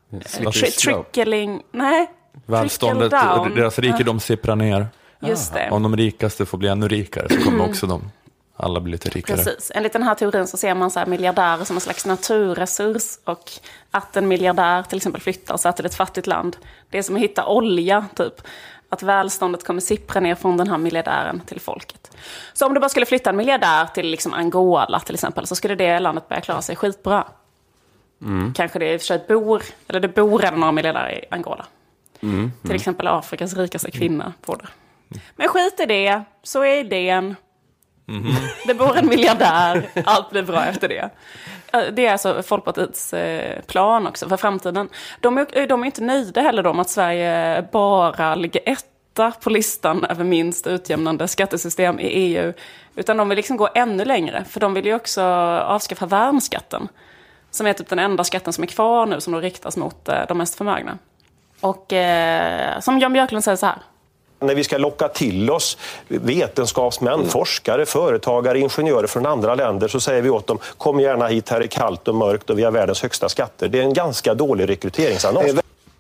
Speaker 1: trickling,
Speaker 3: välståndet, deras rikedom sipprar ner.
Speaker 1: Just det.
Speaker 3: Om de rikaste får bli ännu rikare så kommer också alla bli lite rikare.
Speaker 1: Precis. Enligt den här teorin så ser man så här miljardärer som en slags naturresurs, och att en miljardär till exempel flyttar så till ett fattigt land. Det är som att hitta olja typ. Att välståndet kommer sippra ner från den här miljardären till folket. Så om du bara skulle flytta en miljardär till liksom Angola till exempel, så skulle det landet börja klara sig skitbra. Kanske det i och för sig bor redan några miljardärer i Angola. Till exempel Afrikas rikaste kvinna på det. Men skit i det, så är idén. Det bor en miljardär, allt blir bra efter det. Det är alltså Folkpartiets plan också för framtiden. De är inte nöjda heller om att Sverige bara ligger etta på listan över minst utjämnande skattesystem i EU. Utan de vill liksom gå ännu längre, för de vill ju också avskaffa värnskatten. Som är typ den enda skatten som är kvar nu, som då riktas mot de mest förmögna. Och som Jan Björklund säger så här.
Speaker 9: När vi ska locka till oss vetenskapsmän, forskare, företagare, ingenjörer från andra länder, så säger vi åt dem: kom gärna hit, här är kallt och mörkt och vi har världens högsta skatter. Det är en ganska dålig rekryteringsannons.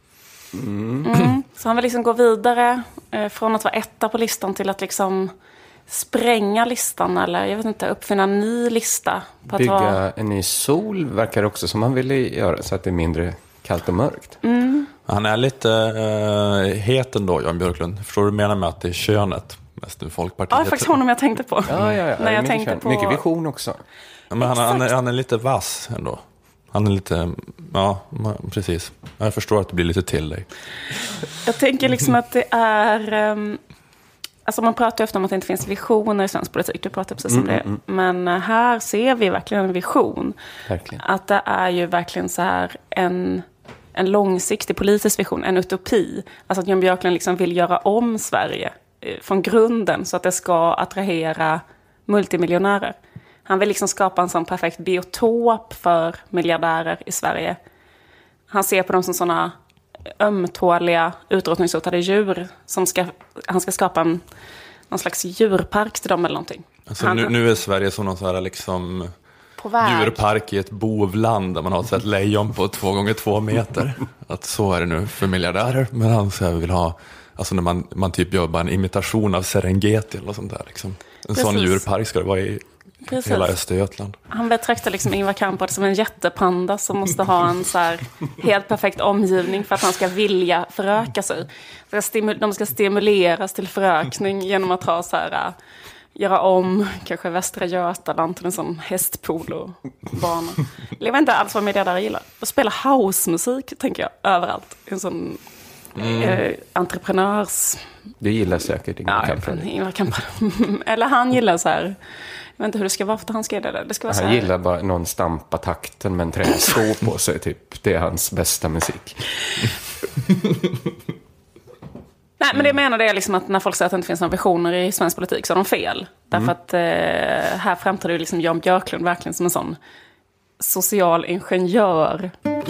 Speaker 1: Så han vill liksom gå vidare från att vara etta på listan till att liksom spränga listan, eller jag vet inte, uppfinna en ny lista. På
Speaker 2: bygga
Speaker 1: att vara...
Speaker 2: en ny sol verkar också som han ville göra, så att det är mindre kallt och mörkt.
Speaker 3: Han är lite het ändå, Jan Björklund. Förstår du menar med att det är könet mest nu Folkpartiet?
Speaker 1: Ja, det är faktiskt honom jag tänkte på.
Speaker 2: Ja.
Speaker 1: När jag tänkte på...
Speaker 2: Mycket vision också.
Speaker 3: Ja, men han är lite vass ändå. Han är lite, precis. Jag förstår att det blir lite till dig.
Speaker 1: Jag tänker liksom att det är... Alltså man pratar ju ofta om att det inte finns visioner i svensk politik. Du pratar precis om det. Men här ser vi verkligen en vision.
Speaker 2: Verkligen.
Speaker 1: Att det är ju verkligen så här en långsiktig politisk vision, en utopi. Alltså att Jan Björklund liksom vill göra om Sverige från grunden så att det ska attrahera multimiljonärer. Han vill liksom skapa en sån perfekt biotop för miljardärer i Sverige. Han ser på dem som såna ömtåliga, utrotningshotade djur som han ska skapa någon slags djurpark till dem eller någonting.
Speaker 3: Alltså nu är Sverige som någon sån här liksom djurpark i ett bovland där man har ett lejon på 2x2 meter. Att så är det nu för miljardärer. Men han vill ha Alltså när man typ gör bara en imitation av Serengeti eller sånt där. Liksom. En sån djurpark ska det vara i hela Östergötland.
Speaker 1: Han betraktar liksom Ingvar Kamprad som en jättepanda som måste ha en så här helt perfekt omgivning för att han ska vilja föröka sig. De ska stimuleras till förökning genom att ha så här, göra om kanske Västra Götaland till en sån hästpolobana. Jag vet inte alls vad miljardärer gillar. Att spela housemusik tänker jag överallt. En sån entreprenörs...
Speaker 2: Det gillar säkert Ingvar Kamprad.
Speaker 1: Eller han gillar så här... Jag vet inte hur det ska vara för han ska gilla det. Det ska vara
Speaker 2: han gillar bara någon stampa takten med en träsko på sig. Typ. Det är hans bästa musik.
Speaker 1: Nej, men det menar det är liksom att när folk säger att det inte finns några visioner i svensk politik så har de fel. Därför att här framträder liksom Jan Björklund verkligen som en sån social ingenjör.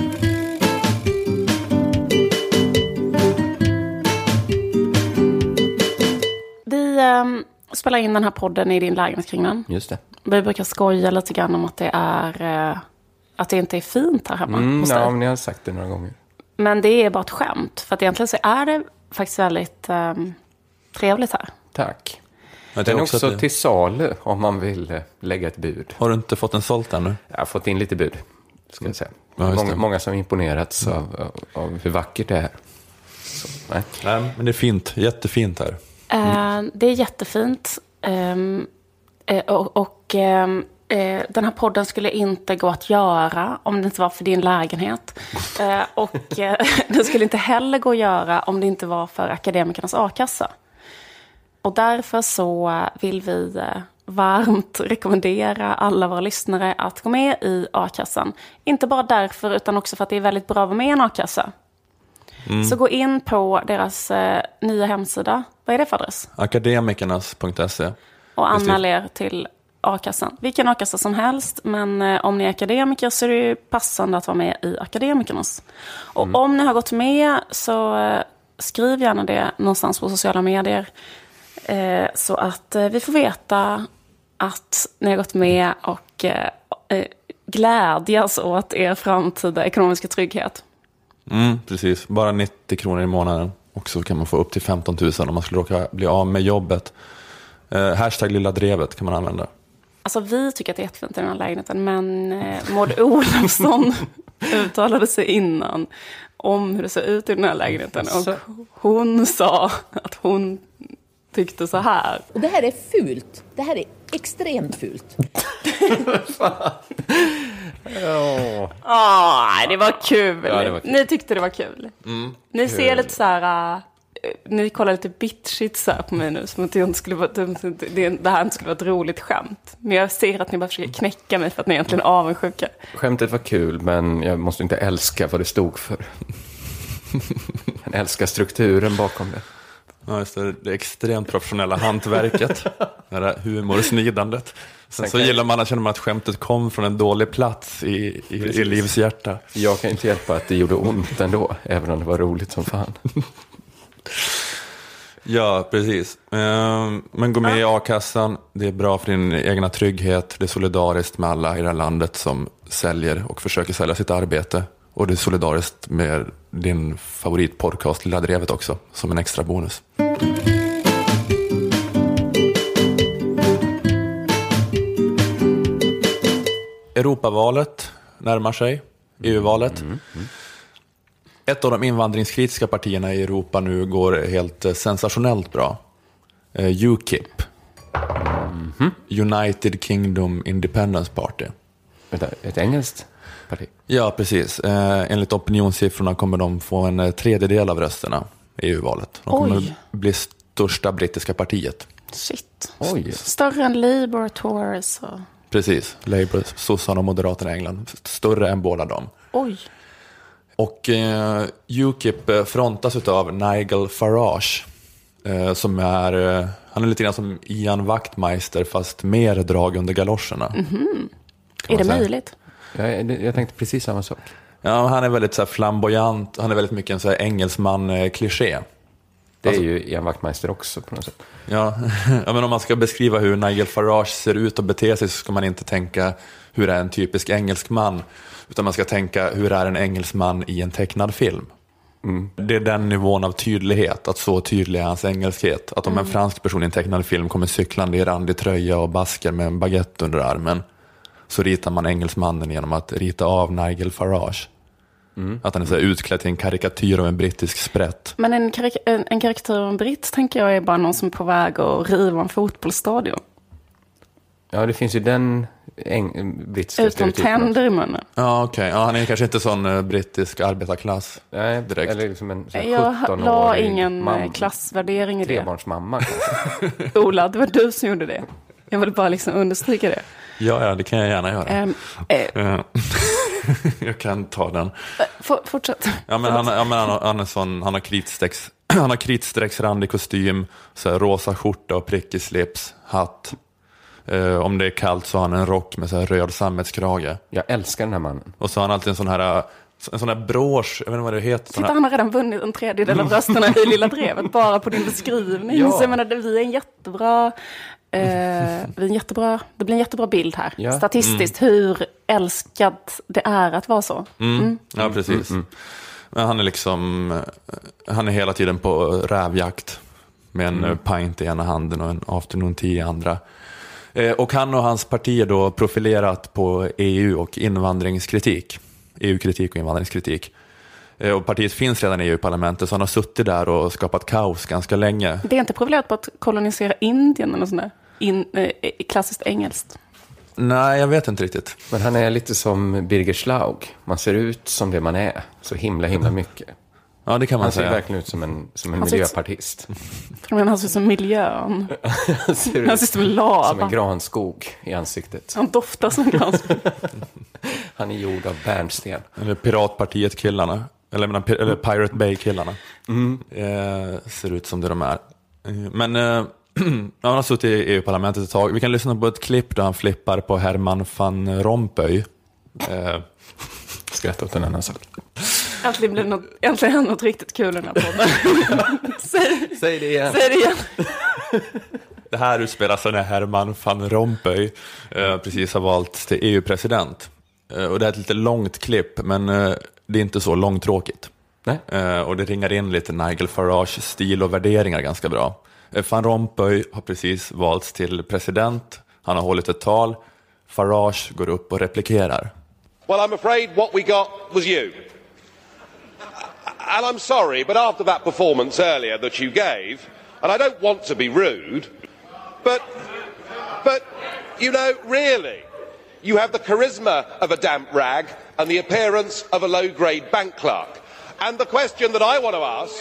Speaker 1: Vi spelar in den här podden i din lägenhet kring den.
Speaker 2: Just det.
Speaker 1: Vi brukar skoja lite grann om att det inte är fint här hemma hos dig.
Speaker 2: Ja, men ni har sagt det några gånger.
Speaker 1: Men det är bara ett skämt. För att egentligen så är det faktiskt väldigt trevligt här.
Speaker 2: Tack. Men den är också till salu om man vill lägga ett bud.
Speaker 3: Har du inte fått en sålt ännu?
Speaker 2: Jag har fått in lite bud, ska jag säga.
Speaker 3: Ja,
Speaker 2: många som imponerats av hur vackert det är. Så,
Speaker 3: nej, men det är fint. Jättefint här.
Speaker 1: Det är jättefint. Den här podden skulle inte gå att göra om det inte var för din lägenhet. Den skulle inte heller gå att göra om det inte var för Akademikernas A-kassa. Och därför så vill vi varmt rekommendera alla våra lyssnare att gå med i A-kassan. Inte bara därför utan också för att det är väldigt bra att vara med i en A-kassa. Så gå in på deras nya hemsida. Vad är det för adress?
Speaker 3: Akademikernas.se.
Speaker 1: Och anmäl er till A-kassan. Vilken A-kassa som helst. Men om ni är akademiker så är det ju passande att vara med i Akademikernas. Och om ni har gått med så skriv gärna det någonstans på sociala medier. Så att vi får veta att ni har gått med och glädjas åt er framtida ekonomiska trygghet.
Speaker 3: Precis, bara 90 kronor i månaden. Och så kan man få upp till 15 000 om man skulle råka bli av med jobbet. Hashtag lilla drevet kan man använda.
Speaker 1: Alltså vi tycker att det är jättefint i den här lägenheten. Men Maud Olofsson uttalade sig innan om hur det ser ut i den här lägenheten. Och hon sa att hon tyckte så här.
Speaker 7: Och det här är fult. Det här är extremt fult.
Speaker 1: Det var kul.
Speaker 2: Ja, det var kul.
Speaker 1: Ni tyckte det var kul. Ni ser lite så här... Ni kollar lite bitchigt så här på mig nu. Som att det här inte skulle vara ett roligt skämt. Men jag ser att ni bara försöker knäcka mig för att ni egentligen är avundsjuka.
Speaker 2: Skämtet var kul, men jag måste inte älska vad det stod för. Jag älskar strukturen bakom det.
Speaker 3: Ja, just det extremt professionella hantverket. Det här humorsnidandet. Sen så gillar man att känna att skämtet kom från en dålig plats i livs hjärta.
Speaker 2: Jag kan inte hjälpa att det gjorde ont ändå, även om det var roligt som fan.
Speaker 3: Ja, precis. Men gå med i A-kassan. Det är bra för din egna trygghet. Det är solidariskt med alla i det här landet som säljer och försöker sälja sitt arbete. Och det är solidariskt med din favoritpodcast Lilla Drevet också, som en extra bonus. Europavalet närmar sig, EU-valet. Ett av de invandringskritiska partierna i Europa nu går helt sensationellt bra. UKIP. United Kingdom Independence Party.
Speaker 2: Ett engelskt parti?
Speaker 3: Ja, precis. Enligt opinionssiffrorna kommer de få en tredjedel av rösterna i EU-valet. De kommer bli största brittiska partiet.
Speaker 1: Shit.
Speaker 2: Oj.
Speaker 1: Större än Labour, Tories och...
Speaker 3: Precis. Labour, Sossarna och Moderaterna i England. Större än båda dem.
Speaker 1: Oj.
Speaker 3: Och UKIP frontas av Nigel Farage. Som är... han är lite grann som Ian Wachtmeister fast mer drag under galoscherna.
Speaker 1: Är det möjligt?
Speaker 2: Jag tänkte precis samma sak.
Speaker 3: Ja, han är väldigt så här flamboyant. Han är väldigt mycket en så här engelsman-kliché.
Speaker 2: Det är ju Ian Wachtmeister också på något sätt.
Speaker 3: Ja, men om man ska beskriva hur Nigel Farage ser ut och beter sig så ska man inte tänka hur är en typisk engelsk man. Utan man ska tänka hur är en engelsman i en tecknad film. Det är den nivån av tydlighet, att så tydlig är hans engelskhet. Att om en fransk person i en tecknad film kommer cyklande i randig tröja och basker med en baguette under armen, så ritar man engelsmannen genom att rita av Nigel Farage. Att han är så utklädd till en karikatyr av en brittisk sprätt.
Speaker 1: Men en karikatyr av en britt tänker jag är bara någon som är på väg att riva en fotbollsstadion.
Speaker 2: Ja, det finns ju den brittiska
Speaker 1: utan tänder i munnen.
Speaker 3: Ja, okej. Ja, han är kanske inte sån brittisk arbetarklass.
Speaker 2: Nej,
Speaker 3: direkt.
Speaker 2: Eller liksom en 17-årig
Speaker 1: jag la ingen klassvärdering i det.
Speaker 2: Trebarnsmamma kanske.
Speaker 1: Ola, det var du som gjorde det. Jag vill bara liksom understryka det.
Speaker 3: Ja, det kan jag gärna göra. Jag kan ta den.
Speaker 1: Fortsätt.
Speaker 3: Ja, men han är sån, han har kritstrecksrandig kostym, så här, rosa skjorta och prickig slips, hatt. Om det är kallt så har han en rock med så här röd sammetskrage.
Speaker 2: Jag älskar den här mannen.
Speaker 3: Och så har han alltid en sån här brosch, jag vet inte vad det heter.
Speaker 1: Titta, han har redan vunnit en tredjedel av rösterna i Lilla Drevet bara på din beskrivning. Ja. Så jag menar, vi är en jättebra... det blir en jättebra bild här. Ja. Statistiskt, hur älskat det är att vara så.
Speaker 3: Ja, precis. Men han är hela tiden på rävjakt med en pint i ena handen och en afternoon tea i andra. Och han och hans parti är då profilerat på EU och invandringskritik. EU-kritik och invandringskritik. Och partiet finns redan i EU-parlamentet, så han har suttit där och skapat kaos ganska länge.
Speaker 1: Det är inte profilerat på att kolonisera Indien eller sånt där? Klassiskt engelskt.
Speaker 3: Nej, jag vet inte riktigt.
Speaker 2: Men han är lite som Birger Schlaug. Man ser ut som det man är. Så himla mycket.
Speaker 3: Ja, det kan man säga.
Speaker 2: Han ser verkligen ut som en miljöpartist.
Speaker 1: Han ser ut som miljön.
Speaker 2: Han ser ut
Speaker 1: som lava.
Speaker 2: Som en granskog i ansiktet.
Speaker 1: Han doftar som granskog.
Speaker 2: Han är gjord av bärnsten.
Speaker 3: Eller Piratpartiet-killarna. Eller Pirate Bay-killarna. Ser ut som det de är. Men han har suttit i EU-parlamentet ett tag. Vi kan lyssna på ett klipp där han flippar på Herman van Rompuy.
Speaker 2: Skratta åt en annan sak.
Speaker 1: Äntligen något riktigt kul i den här podden.
Speaker 2: Säg det igen.
Speaker 3: Det här utspelar sig när Herman van Rompuy precis har valts till EU-president. Och det är ett lite långt klipp, men det är inte så långtråkigt.
Speaker 2: Nej.
Speaker 3: Och det ringar in lite Nigel Farage stil och värderingar ganska bra. Van Rompuy har precis valts till president. Han har hållit ett tal. Farage går upp och replikerar.
Speaker 10: Well, I'm afraid what we got was you. And I'm sorry, but after that performance earlier that you gave, and I don't want to be rude, but you know, really, you have the charisma of a damp rag and the appearance of a low-grade bank clerk. And the question that I want to ask,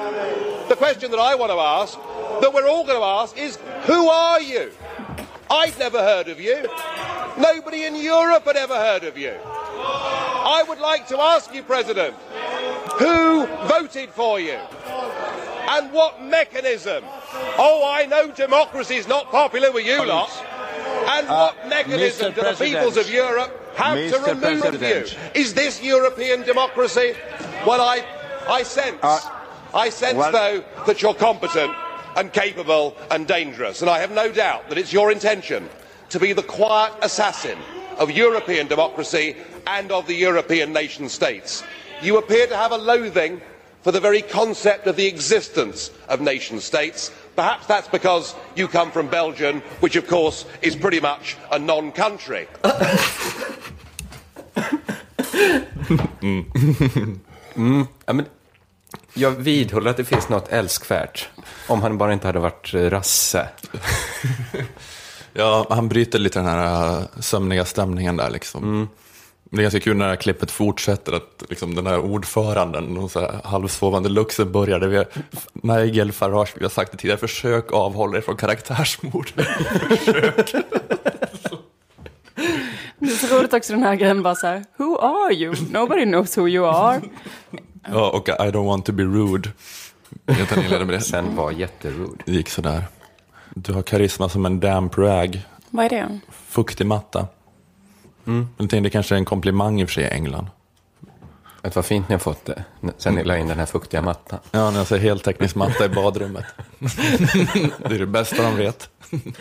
Speaker 10: that we're all going to ask is, who are you? I'd never heard of you. Nobody in Europe had ever heard of you. I would like to ask you, President, who voted for you? And what mechanism? Oh, I know democracy is not popular with you lot. And what mechanism do the peoples of Europe have to remove you? Is this European democracy? Well, I sense, though, that you're competent and capable and dangerous. And I have no doubt that it's your intention to be the quiet assassin of European democracy and of the European nation states. You appear to have a loathing for the very concept of the existence of nation states. Perhaps that's because you come from Belgium, which of course is pretty much a non-country.
Speaker 2: Ja, men jag vidhåller att det finns något älskvärt. Om han bara inte hade varit rasse.
Speaker 3: Ja, han bryter lite den här sömniga stämningen där liksom. Det är ganska kul när det här klippet fortsätter att liksom, den här ordföranden och så här halvsovande luxemburgare, Nigel Farage, vi har sagt det tidigare, försök avhålla er från karaktärsmord. Försök.
Speaker 1: Det är så roligt också den här grejen bara så här, who are you? Nobody knows who you are.
Speaker 3: Ja, och I don't want to be rude.
Speaker 2: Sen var jätterude.
Speaker 3: Det gick så där. Du har karisma som en damp rag.
Speaker 1: Vad är det?
Speaker 3: Fuktig matta. Jag tänkte det kanske är en komplimang i och för sig i England.
Speaker 2: Att vad fint ni har fått det. Sen ni la in den här fuktiga mattan.
Speaker 3: Ja, när jag säger heltäckningsmatta i badrummet. Det är det bästa de vet.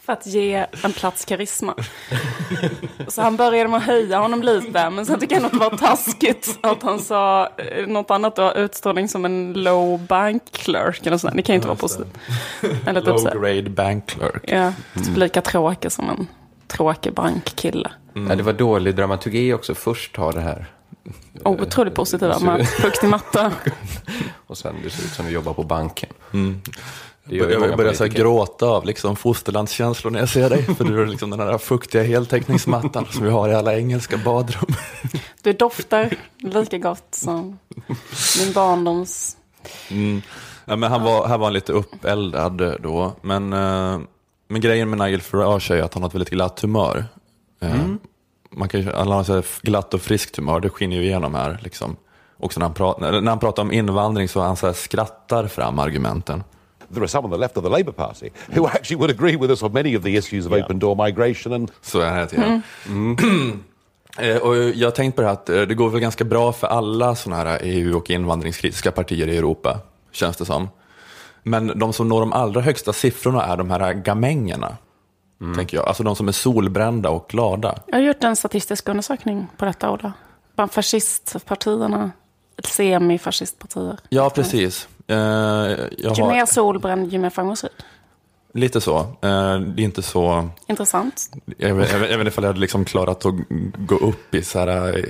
Speaker 1: för att ge en plats karisma. Så han började med att höja honom lite, men sen tycker jag att det var taskigt att han sa något annat då, utstrålning som en low bank clerk eller sådär. Det kan ju inte vara positivt. Eller typ
Speaker 3: low grade bank clerk.
Speaker 1: Ja, typ lika tråkig som en tråkig bankkille.
Speaker 2: Ja, det var dålig dramaturgi också. Först har det här.
Speaker 1: Otroligt positiva med fuktig matta.
Speaker 2: Och sen det ser ut som vi jobbar på banken.
Speaker 3: Jag börjar så gråta av liksom fosterlandskänslor när jag ser dig. För du är liksom den där fuktiga heltäckningsmattan som vi har i alla engelska badrum.
Speaker 1: Du doftar lika gott som min barndoms...
Speaker 3: Ja, men här var han lite uppeldad då. Men grejen med Nigel Farage är att han har ett väldigt glatt humör. Man kan ju, alla har så glatt och friskt humör, det skiner ju igenom här liksom. Också när han pratar om invandring så han så här skrattar fram argumenten.
Speaker 11: There are some on the left of the Labour Party who actually would agree with us on many of the issues of open door migration. And...
Speaker 3: Så är det här. Och jag har tänkt på det här att det går väl ganska bra för alla sådana här EU- och invandringskritiska partier i Europa, känns det som. Men de som når de allra högsta siffrorna är de här gamängerna, tänker jag. Alltså de som är solbrända och glada.
Speaker 1: Jag har gjort en statistisk undersökning på detta, Ola. Bland fascistpartierna, semifascistpartier.
Speaker 3: Ja, precis.
Speaker 1: Ju mer solbränd, ju mer framgångsrik.
Speaker 3: Lite så. Det är inte så...
Speaker 1: Intressant.
Speaker 3: Jag vet inte ifall jag hade liksom klarat att gå upp i så här...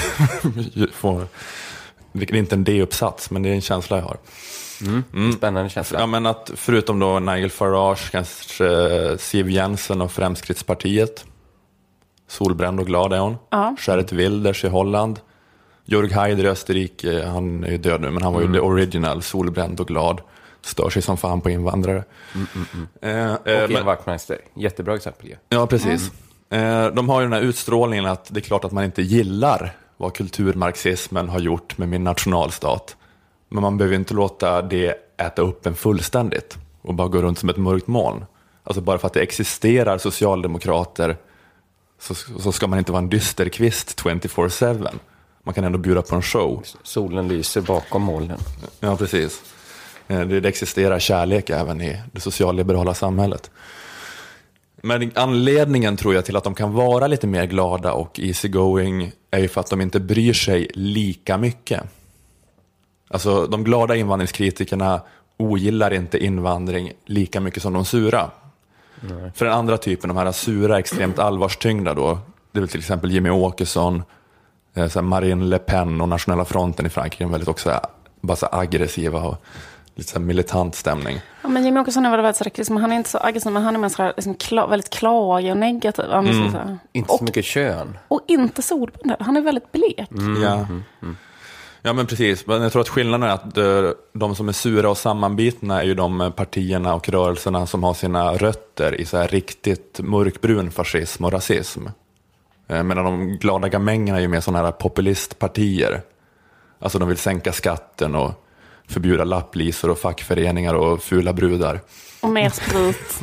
Speaker 3: det är inte en D-uppsats, men det är en känsla jag har.
Speaker 2: Spännande känsla.
Speaker 3: Ja, men att förutom då Nigel Farage, kanske Siv Jensen och Fremskrittspartiet. Solbränd och glad är hon. Gerrit Wilders i Holland. Jörg Haider i Österrike, han är ju död nu, men han var ju the original, solbränd och glad. Stör sig som fan på invandrare.
Speaker 2: Och Ian Wachtmeister, jättebra exempel.
Speaker 3: Ja, precis. De har ju den här utstrålningen att det är klart att man inte gillar vad kulturmarxismen har gjort med min nationalstat. Men man behöver inte låta det äta upp en fullständigt och bara gå runt som ett mörkt moln. Alltså bara för att det existerar socialdemokrater så ska man inte vara en dysterkvist 24/7. Man kan ändå bjuda på en show.
Speaker 2: Solen lyser bakom molnen.
Speaker 3: Ja, precis. Det existerar kärlek även i det socialliberala samhället. Men anledningen tror jag till att de kan vara lite mer glada och easygoing är ju för att de inte bryr sig lika mycket. Alltså de glada invandringskritikerna ogillar inte invandring lika mycket som de sura. Nej. För den andra typen, de här sura, extremt allvarstyngda då, det är väl till exempel Jimmy Åkesson, Marine Le Pen och Nationella fronten i Frankrike, väldigt också bara så aggressiva och lite så militant stämning.
Speaker 1: Ja, men Jimmy Åkesson är väl väldigt så liksom, han är inte så aggressiv, men han är mer så liksom väldigt klar och negativ.
Speaker 2: Inte så mycket kön.
Speaker 1: Och inte solbränd. Han är väldigt blek.
Speaker 3: Ja, men precis. Men jag tror att skillnaden är att de som är sura och sammanbitna är ju de partierna och rörelserna som har sina rötter i så här riktigt mörkbrun fascism och rasism. Medan de glada gamängerna är ju mer sådana här populistpartier. Alltså de vill sänka skatten och förbjuda lapplisor och fackföreningar och fula brudar.
Speaker 1: Och mer sprit.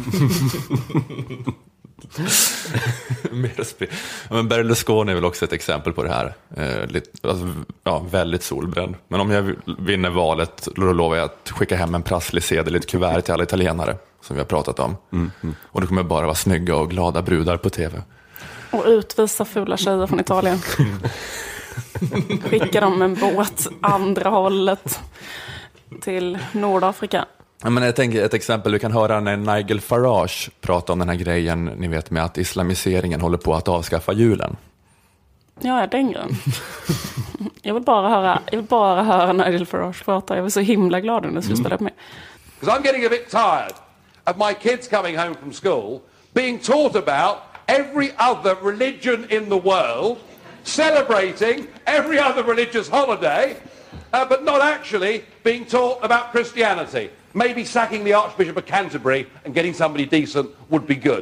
Speaker 3: Mer sprit. Men Berlusconi är väl också ett exempel på det här. Väldigt solbränd. Men om jag vinner valet, då lovar jag att skicka hem en prasslig sedel i ett kuvert till alla italienare som vi har pratat om. Och det kommer bara vara snygga och glada brudar på tv.
Speaker 1: Och utvisa fula tjejer från Italien. Skicka dem en båt andra hållet till Nordafrika.
Speaker 3: Ja, men jag tänker ett exempel, vi kan höra när Nigel Farage pratar om den här grejen, ni vet, med att islamiseringen håller på att avskaffa julen.
Speaker 1: Ja, den grejen. Jag vill bara höra Nigel Farage prata. Jag var så himla glad när du spelade med.
Speaker 10: Because I'm getting a bit tired of my kids coming home from school being taught about every other religion in the world, celebrating every other religious holiday, but not actually being taught about Christianity. Maybe sacking the Archbishop of Canterbury and getting somebody decent would be good.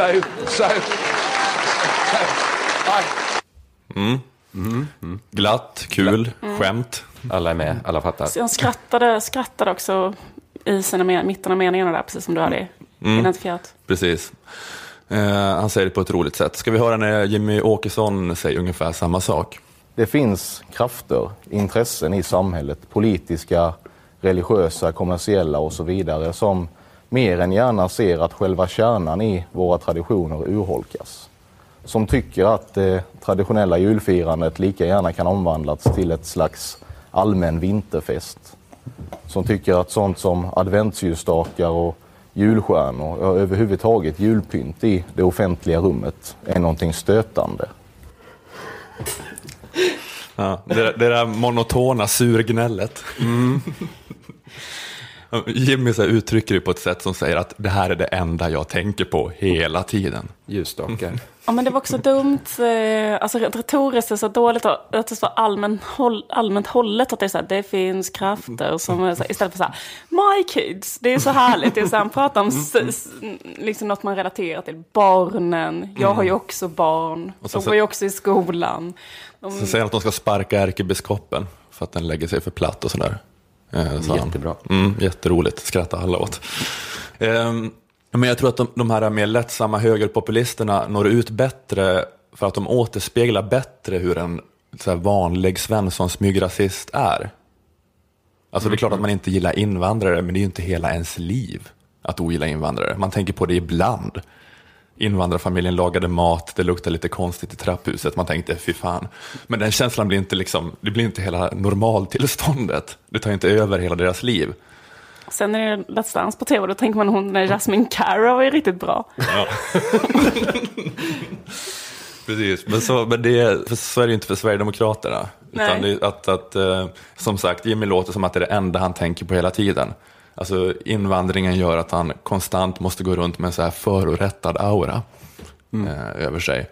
Speaker 3: Glatt, kul, skämt.
Speaker 2: Alla är med, alla fattar.
Speaker 1: Så jag skrattade också i mitten av meningarna där, precis som du hade identifierat.
Speaker 3: Precis. Han säger det på ett roligt sätt. Ska vi höra när Jimmy Åkesson säger ungefär samma sak?
Speaker 12: Det finns krafter, intressen i samhället, politiska, religiösa, kommersiella och så vidare, som mer än gärna ser att själva kärnan i våra traditioner urholkas. Som tycker att det traditionella julfirandet lika gärna kan omvandlas till ett slags allmän vinterfest. Som tycker att sånt som adventsljusstakar och julstjärnor och överhuvudtaget julpynt i det offentliga rummet är någonting stötande.
Speaker 3: Ja, det där monotona surgnället. Jimmy så uttrycker det på ett sätt som säger att det här är det enda jag tänker på hela tiden.
Speaker 2: Ljusstakar.
Speaker 1: Ja, men det var också dumt, alltså retoriskt är så dåligt att det var allmänt hållet, att det är så här, det finns krafter som är så här, istället för så här, my kids, det är så härligt, det är så här, han pratar om liksom något man relaterar till, barnen, jag har ju också barn, de går ju också i skolan.
Speaker 3: Så säger att de ska sparka ärkebiskopen för att den lägger sig för platt och sådär.
Speaker 2: Jättebra.
Speaker 3: Jätteroligt, skrattar alla åt. Men jag tror att de här mer lättsamma högerpopulisterna når ut bättre för att de återspeglar bättre hur en så här vanlig Svensson-smygrasist är. Alltså det är klart att man inte gillar invandrare, men det är ju inte hela ens liv att ogilla invandrare. Man tänker på det ibland. Invandrarfamiljen lagade mat, det luktade lite konstigt i trapphuset, man tänkte fy fan. Men den känslan blir inte liksom, det blir inte hela normaltillståndet. Det tar inte över hela deras liv.
Speaker 1: Sen är det Let's Dance på tv, då tänker man hon när Jasmine Cara är riktigt bra.
Speaker 3: Ja. Precis, men så är det ju inte för Sverigedemokraterna. Utan det är att som sagt, Jimmy låter som att det är det enda han tänker på hela tiden. Alltså invandringen gör att han konstant måste gå runt med en så här förorättad aura över sig.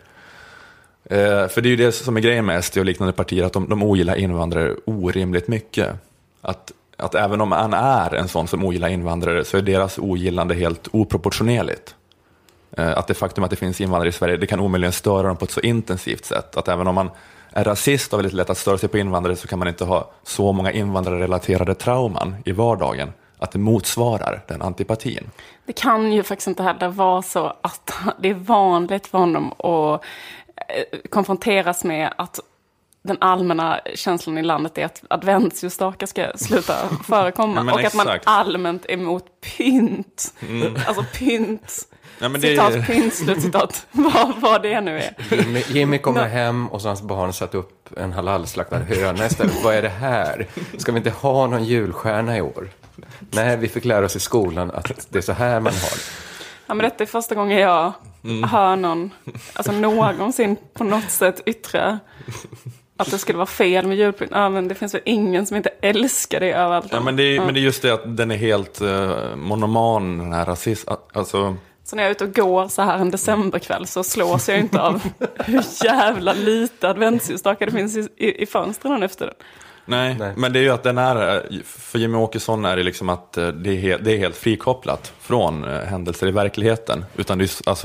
Speaker 3: För det är ju det som är grejen med SD och liknande partier, att de ogillar invandrare orimligt mycket. Att även om han är en sån som ogillar invandrare så är deras ogillande helt oproportionerligt. Att det faktum att det finns invandrare i Sverige, det kan omöjligen störa dem på ett så intensivt sätt. Att även om man är rasist och väldigt lätt att störa sig på invandrare, så kan man inte ha så många invandrarrelaterade trauman i vardagen att det motsvarar den antipatin.
Speaker 1: Det kan ju faktiskt inte heller vara så att det är vanligt för honom att konfronteras med att den allmänna känslan i landet är att adventsljusstakar ska sluta förekomma. Och att man allmänt är emot pynt. Alltså pynt.
Speaker 3: Ja, men
Speaker 1: citat, pynt, slutcitat. Vad det nu är.
Speaker 2: Jimmy kommer hem och så hans barn satt upp en halalslaktad höna istället. Vad är det här? Ska vi inte ha någon julstjärna i år? Nej, vi fick lära oss i skolan att det är så här man har.
Speaker 1: Ja, men detta är första gången jag hör någon, alltså någonsin på något sätt yttra att det skulle vara fel med julpynt. Ja, men det finns väl ingen som inte älskar det överallt.
Speaker 3: Ja, men det är just det att den är helt monoman, den här rasism. Alltså...
Speaker 1: Så när jag är ute och går så här en decemberkväll så slås jag inte av hur jävla lite adventsljusstakar det finns i fönstren efter den.
Speaker 3: Nej, men det är ju att den är, för Jimmy Åkesson är det liksom att det är helt frikopplat från händelser i verkligheten. Utan det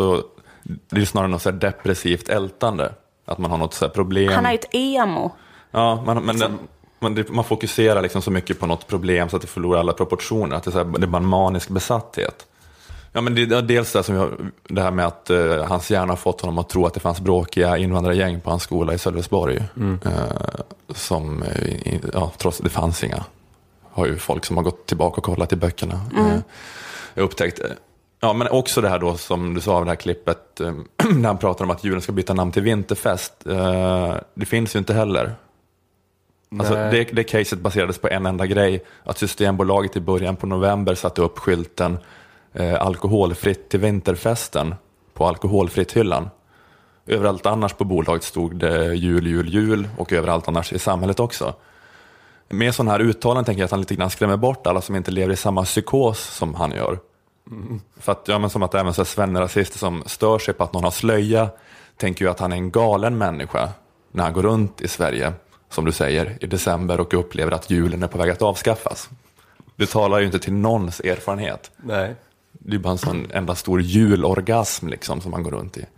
Speaker 3: är snarare något så här depressivt ältande. Att man har något så här problem.
Speaker 1: Han är ett emo.
Speaker 3: Ja, man fokuserar liksom så mycket på något problem så att det förlorar alla proportioner. Att det är bara en manisk besatthet. Ja, men det är dels det här med att hans hjärna har fått honom att tro att det fanns bråkiga invandrargäng på hans skola i Sölvesborg. Som, trots att det fanns inga. Har ju folk som har gått tillbaka och kollat i böckerna. Jag upptäckte. Ja, men också det här då som du sa av det här klippet. När han pratar om att julen ska byta namn till vinterfest. Det finns ju inte heller. Alltså, det caset baserades på en enda grej. Att Systembolaget i början på november satte upp skylten alkoholfritt till vinterfesten på alkoholfritt hyllan. Överallt annars på bolaget stod det jul och överallt annars i samhället också. Med sån här uttalanden tänker jag att han lite grann skrämmer bort alla som inte lever i samma psykos som han gör. För att, men som att även så svennrasister som stör sig på att någon har slöja tänker ju att han är en galen människa när han går runt i Sverige, som du säger, i december och upplever att julen är på väg att avskaffas. Du talar ju inte till någons erfarenhet.
Speaker 2: Nej.
Speaker 3: Det är bara en sån enda stor julorgasm liksom som man går runt i.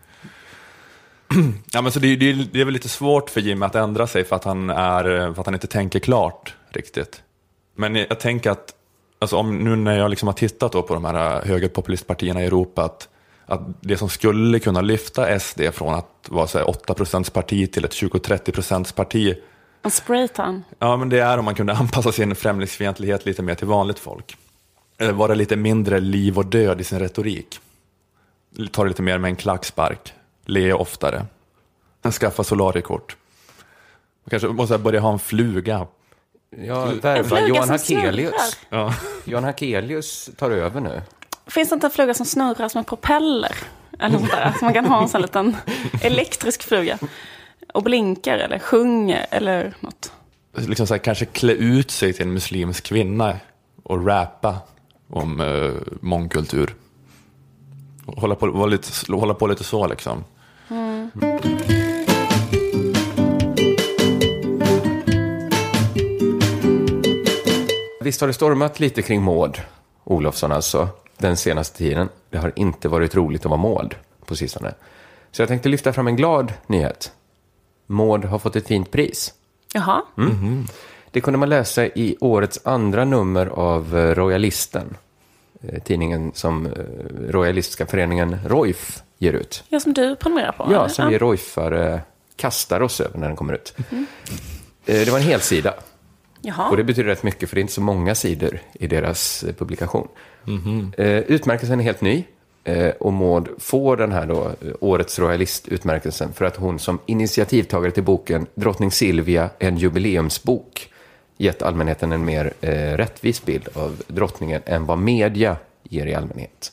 Speaker 3: Ja, men så det är väl lite svårt för Jimmy att ändra sig för att han inte tänker klart riktigt. Men jag tänker att alltså nu när jag liksom har tittat då på de här högerpopulistpartierna i Europa att det som skulle kunna lyfta SD från att vara så här 8% parti till ett 20-30% parti.
Speaker 1: En spraytan.
Speaker 3: Ja, men det är om man kunde anpassa sin främlingsfientlighet lite mer till vanligt folk. Var det lite mindre liv och död i sin retorik? Ta det lite mer med en klackspark. Le oftare. Skaffa solariekort. Kanske måste börja ha en fluga.
Speaker 2: Ja, värva Johan Hakelius. Ja. Johan Hakelius tar över nu.
Speaker 1: Finns det inte en fluga som snurrar som en propeller? Eller sånt där. Så man kan ha en sån liten elektrisk fluga. Och blinkar eller sjunger eller något.
Speaker 3: Liksom så här, kanske klä ut sig till en muslimsk kvinna och rappa om mångkultur. Hålla på lite så liksom. Mm.
Speaker 2: Visst har det stormat lite kring Maud Olofsson alltså den senaste tiden. Det har inte varit roligt att vara Maud på sistone. Så jag tänkte lyfta fram en glad nyhet. Maud har fått ett fint pris.
Speaker 1: Jaha.
Speaker 2: Mm. Det kunde man läsa i årets andra nummer av Royalisten. Tidningen som Royalistiska föreningen Royf ger ut.
Speaker 1: Ja, som du prenumererar på.
Speaker 2: Ja, som vi Royfare kastar oss över när den kommer ut. Mm. Det var en hel sida.
Speaker 1: Jaha.
Speaker 2: Och det betyder rätt mycket för det är inte så många sidor i deras publikation. Utmärkelsen är helt ny. Och Maud får den här då, årets royalistutmärkelsen för att hon som initiativtagare till boken Drottning Silvia, en jubileumsbok, gett allmänheten en mer rättvis bild av drottningen än vad media ger i allmänhet.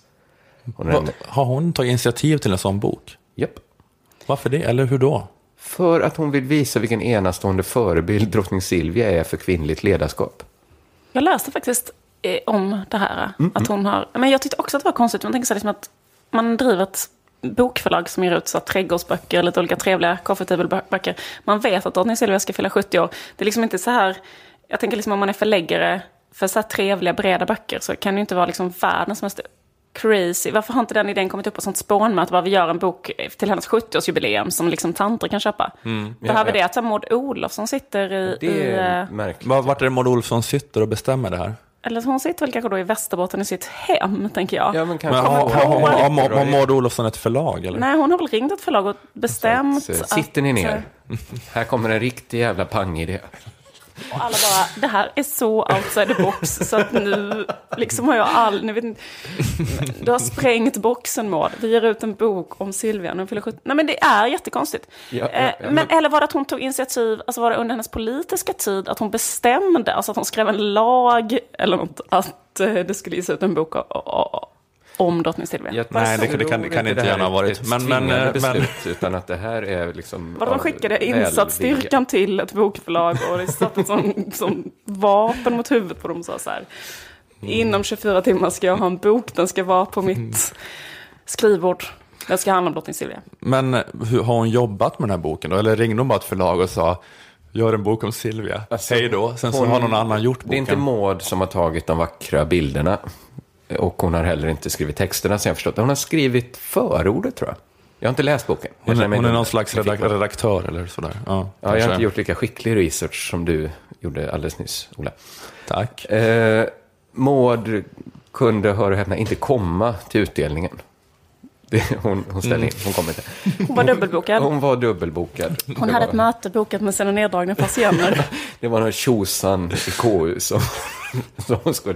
Speaker 3: Har hon tagit initiativ till en sån bok?
Speaker 2: Japp.
Speaker 3: Varför det? Eller hur då?
Speaker 2: För att hon vill visa vilken enastående förebild drottning Silvia är för kvinnligt ledarskap.
Speaker 1: Jag läste faktiskt om det här. Att hon har, men jag tyckte också att det var konstigt. Man tänker så liksom att man driver ett bokförlag som ger ut så trädgårdsböcker, lite olika trevliga coffee-table-böcker. Man vet att drottning Silvia ska fylla 70 år. Det är liksom inte så här, jag tänker liksom om man är förläggare för så här trevliga, breda böcker så kan det ju inte vara liksom världens mest crazy. Varför har inte den idén kommit upp på sånt spånmöte? Bara vi gör en bok till hennes 70-årsjubileum som liksom tanter kan köpa. Behöver det att Maud Olofsson sitter i...
Speaker 2: Det är märkligt.
Speaker 3: Vart är det Maud Olofsson sitter och bestämmer det här?
Speaker 1: Eller hon sitter väl kanske då i Västerbotten i sitt hem, tänker jag.
Speaker 2: Ja, men kanske.
Speaker 3: Har Maud Olofsson ett förlag? Eller?
Speaker 1: Nej, hon har väl ringt ett förlag och bestämt
Speaker 2: att... Sitter ni ner? Här kommer en riktig jävla pangidé.
Speaker 1: Och alla bara, det här är så outside the box så att nu liksom har jag du har sprängt boxen, Maud. Vi ger ut en bok om Silvia när hon fyller 70. Nej, men det är jättekonstigt. Men eller var det att hon tog initiativ, alltså var det under hennes politiska tid att hon bestämde, alltså att hon skrev en lag eller något, att det skulle ges ut en bok om drottning Silvia?
Speaker 3: Nej, det kan inte gärna ha varit. Men
Speaker 2: beslut, utan att det här är liksom...
Speaker 1: Vad de skickade insatsstyrkan till ett bokförlag och det satt ett som vapen mot huvudet på dem så här. Inom 24 timmar ska jag ha en bok, den ska vara på mitt skrivbord. Den ska handla om drottning Silvia.
Speaker 3: Men hur har hon jobbat med den här boken då? Eller ringde hon bara ett förlag och sa gör en bok om Silvia? Alltså, hej då. Sen så har någon annan gjort boken.
Speaker 2: Det är inte Maud som har tagit de vackra bilderna. Och hon har heller inte skrivit texterna, så jag förstått. Hon har skrivit förordet, tror jag. Jag har inte läst boken.
Speaker 3: Hon är någon slags redaktör eller sådär. Ja,
Speaker 2: jag har inte gjort lika skicklig research som du gjorde alldeles nyss, Ola.
Speaker 3: Tack.
Speaker 2: Maud kunde, hör och häpna, inte komma till utdelningen. Hon ställde in, hon kom inte.
Speaker 1: Hon var dubbelbokad.
Speaker 2: Hon var dubbelbokad.
Speaker 1: Hon hade ett möte bokat med sina neddragna patienter.
Speaker 2: Det var någon tjosan i KU som hon skulle...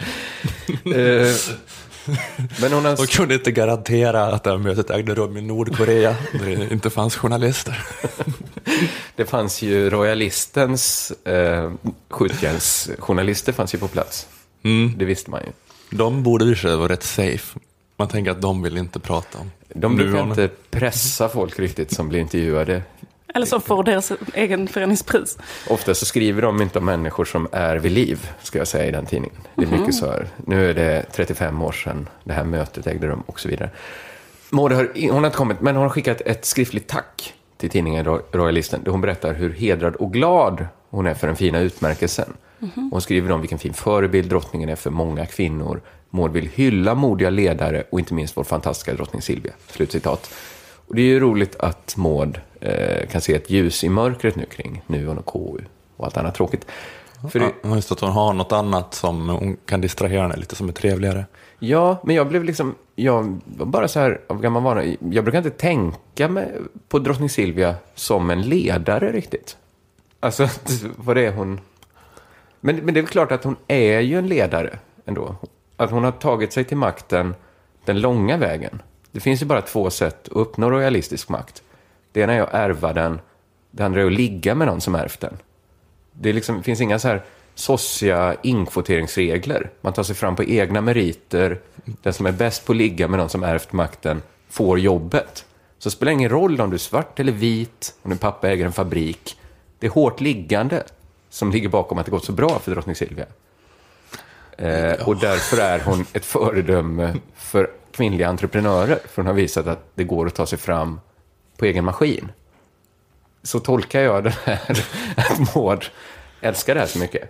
Speaker 3: Men hon kunde inte garantera att det här mötet ägde rum i Nordkorea. Det inte fanns journalister.
Speaker 2: Det fanns ju royalistens skjutjärnsjournalister fanns ju på plats. Det visste man ju.
Speaker 3: De borde ju själva vara rätt safe. Man tänker att de vill inte prata om.
Speaker 2: De brukar inte pressa folk riktigt som blir intervjuade.
Speaker 1: Eller som får deras egen föreningspris.
Speaker 2: Ofta så skriver de inte om människor som är vid liv, ska jag säga, i den tidningen. Det är mycket så här. Nu är det 35 år sedan det här mötet ägde rum och så vidare. Maud hon har inte kommit, men hon har skickat ett skriftligt tack till tidningen Royalisten. Där hon berättar hur hedrad och glad hon är för den fina utmärkelsen. Hon skriver om vilken fin förebild drottningen är för många kvinnor. Maud vill hylla modiga ledare och inte minst vår fantastiska drottning Silvia. Slutcitat. Och det är ju roligt att Maud kan se ett ljus i mörkret nu kring Nuon och KU och allt annat tråkigt.
Speaker 3: För just att hon har något annat som hon kan distrahera henne lite som är trevligare.
Speaker 2: Ja, men jag blev liksom, jag var bara så här av gammal vana. Jag brukar inte tänka mig på drottning Silvia som en ledare riktigt. Alltså, vad det är hon... Men det är väl klart att hon är ju en ledare ändå. att hon har tagit sig till makten den långa vägen. Det finns ju bara 2 sätt att uppnå royalistisk makt. Det ena är att ärva den, det andra är att ligga med någon som ärvt den. Det liksom, finns inga så här sossiga inkvoteringsregler. Man tar sig fram på egna meriter. Den som är bäst på att ligga med någon som ärvt makten får jobbet. Så det spelar ingen roll om du är svart eller vit, om din pappa äger en fabrik. Det är hårt liggande som ligger bakom att det gått så bra för drottning Silvia. Och därför är hon ett föredöme för kvinnliga entreprenörer. För hon har visat att det går att ta sig fram på egen maskin. Så tolkar jag den här att Maud älskar det här så mycket.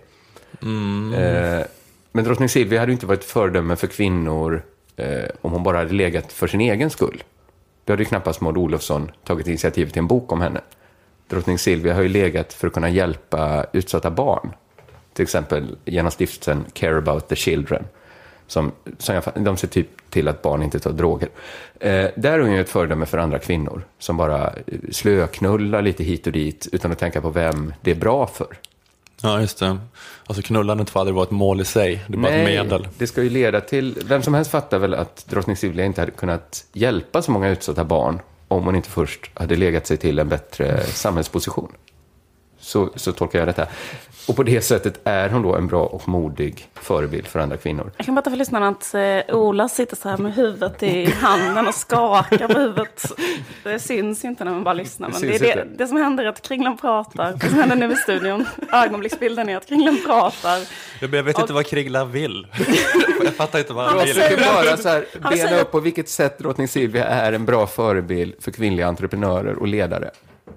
Speaker 2: Men drottning Silvia hade inte varit ett föredöme för kvinnor om hon bara hade legat för sin egen skull. Då hade ju knappast Maud Olofsson tagit initiativ till en bok om henne. Drottning Silvia har ju legat för att kunna hjälpa utsatta barn. Till exempel genom stiftelsen Care About the Children. De ser typ till att barn inte tar droger. Där är hon ju ett föredöme för andra kvinnor. Som bara slöknullar lite hit och dit utan att tänka på vem det är bra för.
Speaker 3: Ja, just det. Alltså knullandet får aldrig vara ett mål i sig. Det är bara ett medel.
Speaker 2: Det ska ju leda till... Vem som helst fattar väl att drottning Silvia inte hade kunnat hjälpa så många utsatta barn om hon inte först hade legat sig till en bättre samhällsposition. Så tolkar jag detta. Och på det sättet är hon då en bra och modig förebild för andra kvinnor.
Speaker 1: Jag kan bara ta för lyssnarna att Ola sitter så här med huvudet i handen och skakar på huvudet. Det syns inte när man bara lyssnar. Men det är det som händer är att Kringlan pratar. Det som händer nu i studion, ögonblicksbilden är att Kringlan pratar.
Speaker 3: Jag vet inte vad Kringlan vill. Jag fattar inte vad han vill.
Speaker 2: Jag försöker bara så här, bena upp på vilket sätt drottning Silvia är en bra förebild för kvinnliga entreprenörer och ledare.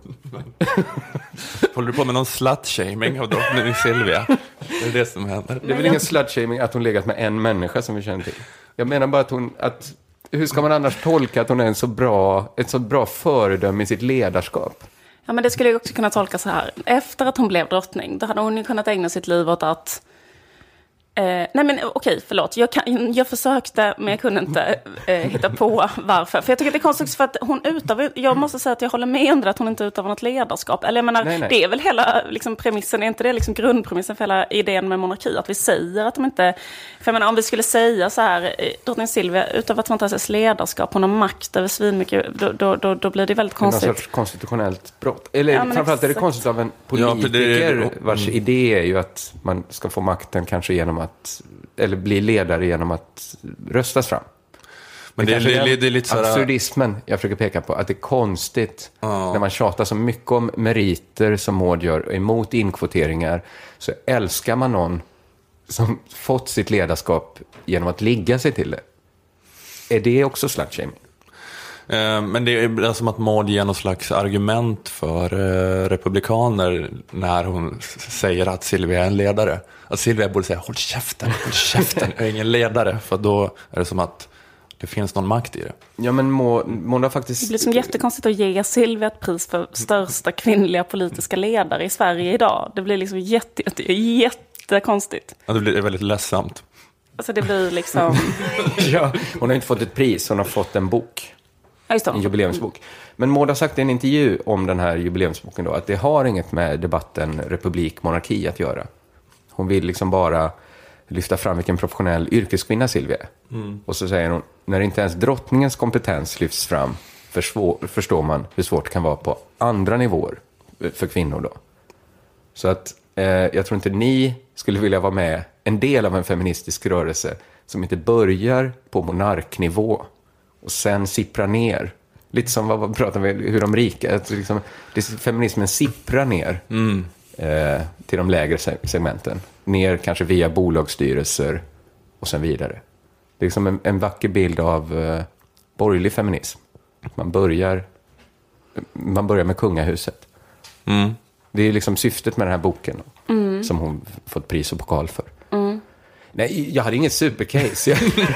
Speaker 3: Håller du på med någon slut-shaming av drottning Silvia? Det är det som händer.
Speaker 2: Det är väl ingen slut-shaming att hon legat med en människa som vi känner till. Jag menar bara att hur ska man annars tolka att hon är ett så bra föredöme i sitt ledarskap?
Speaker 1: Ja, men det skulle jag också kunna tolka så här. Efter att hon blev drottning, då hade hon ju kunnat ägna sitt liv åt att... nej men okej, förlåt. Jag försökte, men jag kunde inte hitta på varför. För jag tycker att det är konstigt för att hon utövar... Jag måste säga att jag håller med om det, att hon inte utövar något ledarskap. Eller jag menar, nej. Det är väl hela liksom, premissen, är inte det liksom grundpremissen för hela idén med monarki? Att vi säger att de inte... För jag menar, om vi skulle säga så här, drottning Silvia utövar ett fantastiskt ledarskap, hon har makt över svinmycket, då blir det väldigt konstigt.
Speaker 2: Det är någon sorts konstitutionellt brott. Eller framförallt är det konstigt av en politiker vars idé är ju att man ska få makten kanske genom eller bli ledare genom att röstas fram. Men det är lite sådär... Absurdismen jag försöker peka på, att det är konstigt när man tjatar så mycket om meriter som Maud gör emot inkvoteringar, så älskar man någon som fått sitt ledarskap genom att ligga sig till det. Är det också slutshaming?
Speaker 3: Men det är som att Maud ger någon slags argument för republikaner när hon säger att Silvia är en ledare. Att Silvia borde säga håll käften, jag är ingen ledare. För då är det som att det finns någon makt i det.
Speaker 2: Ja, men Maud har faktiskt...
Speaker 1: Det blir som jättekonstigt att ge Silvia ett pris för största kvinnliga politiska ledare i Sverige idag. Det blir liksom jättekonstigt.
Speaker 3: Ja, det blir väldigt ledsamt.
Speaker 1: Alltså det blir liksom...
Speaker 2: Ja, hon har inte fått ett pris, hon har fått en bok. En jubileumsbok. Men Maud har sagt i en intervju om den här jubileumsboken då, att det har inget med debatten republik-monarki att göra. Hon vill liksom bara lyfta fram vilken professionell yrkeskvinna Silvia är. Och så säger hon, när inte ens drottningens kompetens lyfts fram förstår man hur svårt det kan vara på andra nivåer för kvinnor då. Så att jag tror inte ni skulle vilja vara med en del av en feministisk rörelse som inte börjar på monarknivå och sen sipprar ner. Lite som vad pratar vi hur de rika, att liksom, feminismen sipprar ner till de lägre segmenten. Ner kanske via bolagsstyrelser och sen vidare. Det är liksom en vacker bild av borgerlig feminism. Man börjar med kungahuset. Det är liksom syftet med den här boken som hon fått pris och pokal för. Nej, jag hade inget supercase.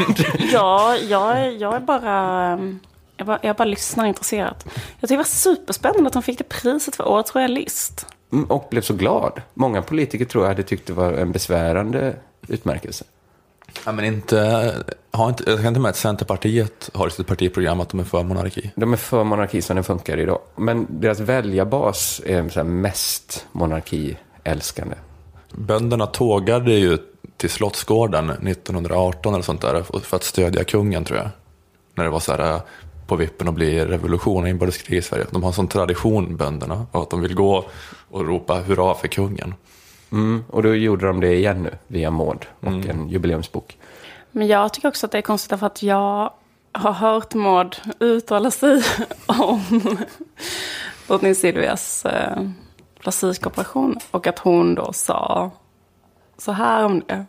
Speaker 1: Jag är bara... Jag bara lyssnar intresserat. Jag tycker det var superspännande att hon fick det priset för årets royalist.
Speaker 2: Och blev så glad. Många politiker tror jag hade tyckt det var en besvärande utmärkelse.
Speaker 3: Ja, men jag kan inte med att Centerpartiet har i sitt partiprogram att de är för monarki.
Speaker 2: De är för monarki som den funkar idag. Men deras väljarbas är så här mest monarki-älskande.
Speaker 3: Bönderna tågade ju till Slottsgården 1918 eller sånt där för att stödja kungen, tror jag. När det var så här på vippen att bli revolution och inbördeskrig i Sverige. De har en sån tradition, bönderna, att de vill gå och ropa hurra för kungen.
Speaker 2: Och då gjorde de det igen nu via Maud och en jubileumsbok.
Speaker 1: Men jag tycker också att det är konstigt för att jag har hört Maud uttala sig om drottning Silvias plastikoperation och att hon då sa så här om det.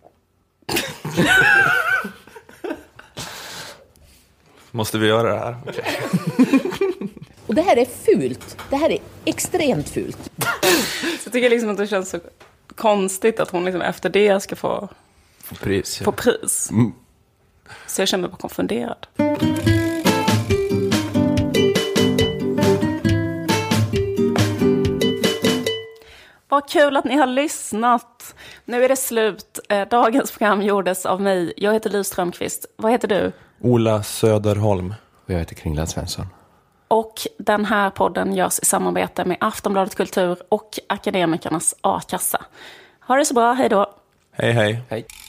Speaker 3: Måste vi göra det här? Okay.
Speaker 7: Och det här är fult. Det här är extremt fult.
Speaker 1: Så jag tycker liksom att det känns så konstigt att hon liksom efter det ska få
Speaker 2: pris.
Speaker 1: Få pris. Så jag känner mig bara konfunderad. Vad kul att ni har lyssnat. Nu är det slut. Dagens program gjordes av mig. Jag heter Liv Strömqvist. Vad heter du?
Speaker 3: Ola Söderholm.
Speaker 2: Och jag heter Kringland Svensson.
Speaker 1: Och den här podden görs i samarbete med Aftonbladet Kultur och Akademikernas A-kassa. Ha det så bra, hej då.
Speaker 3: Hej, hej.
Speaker 2: Hej.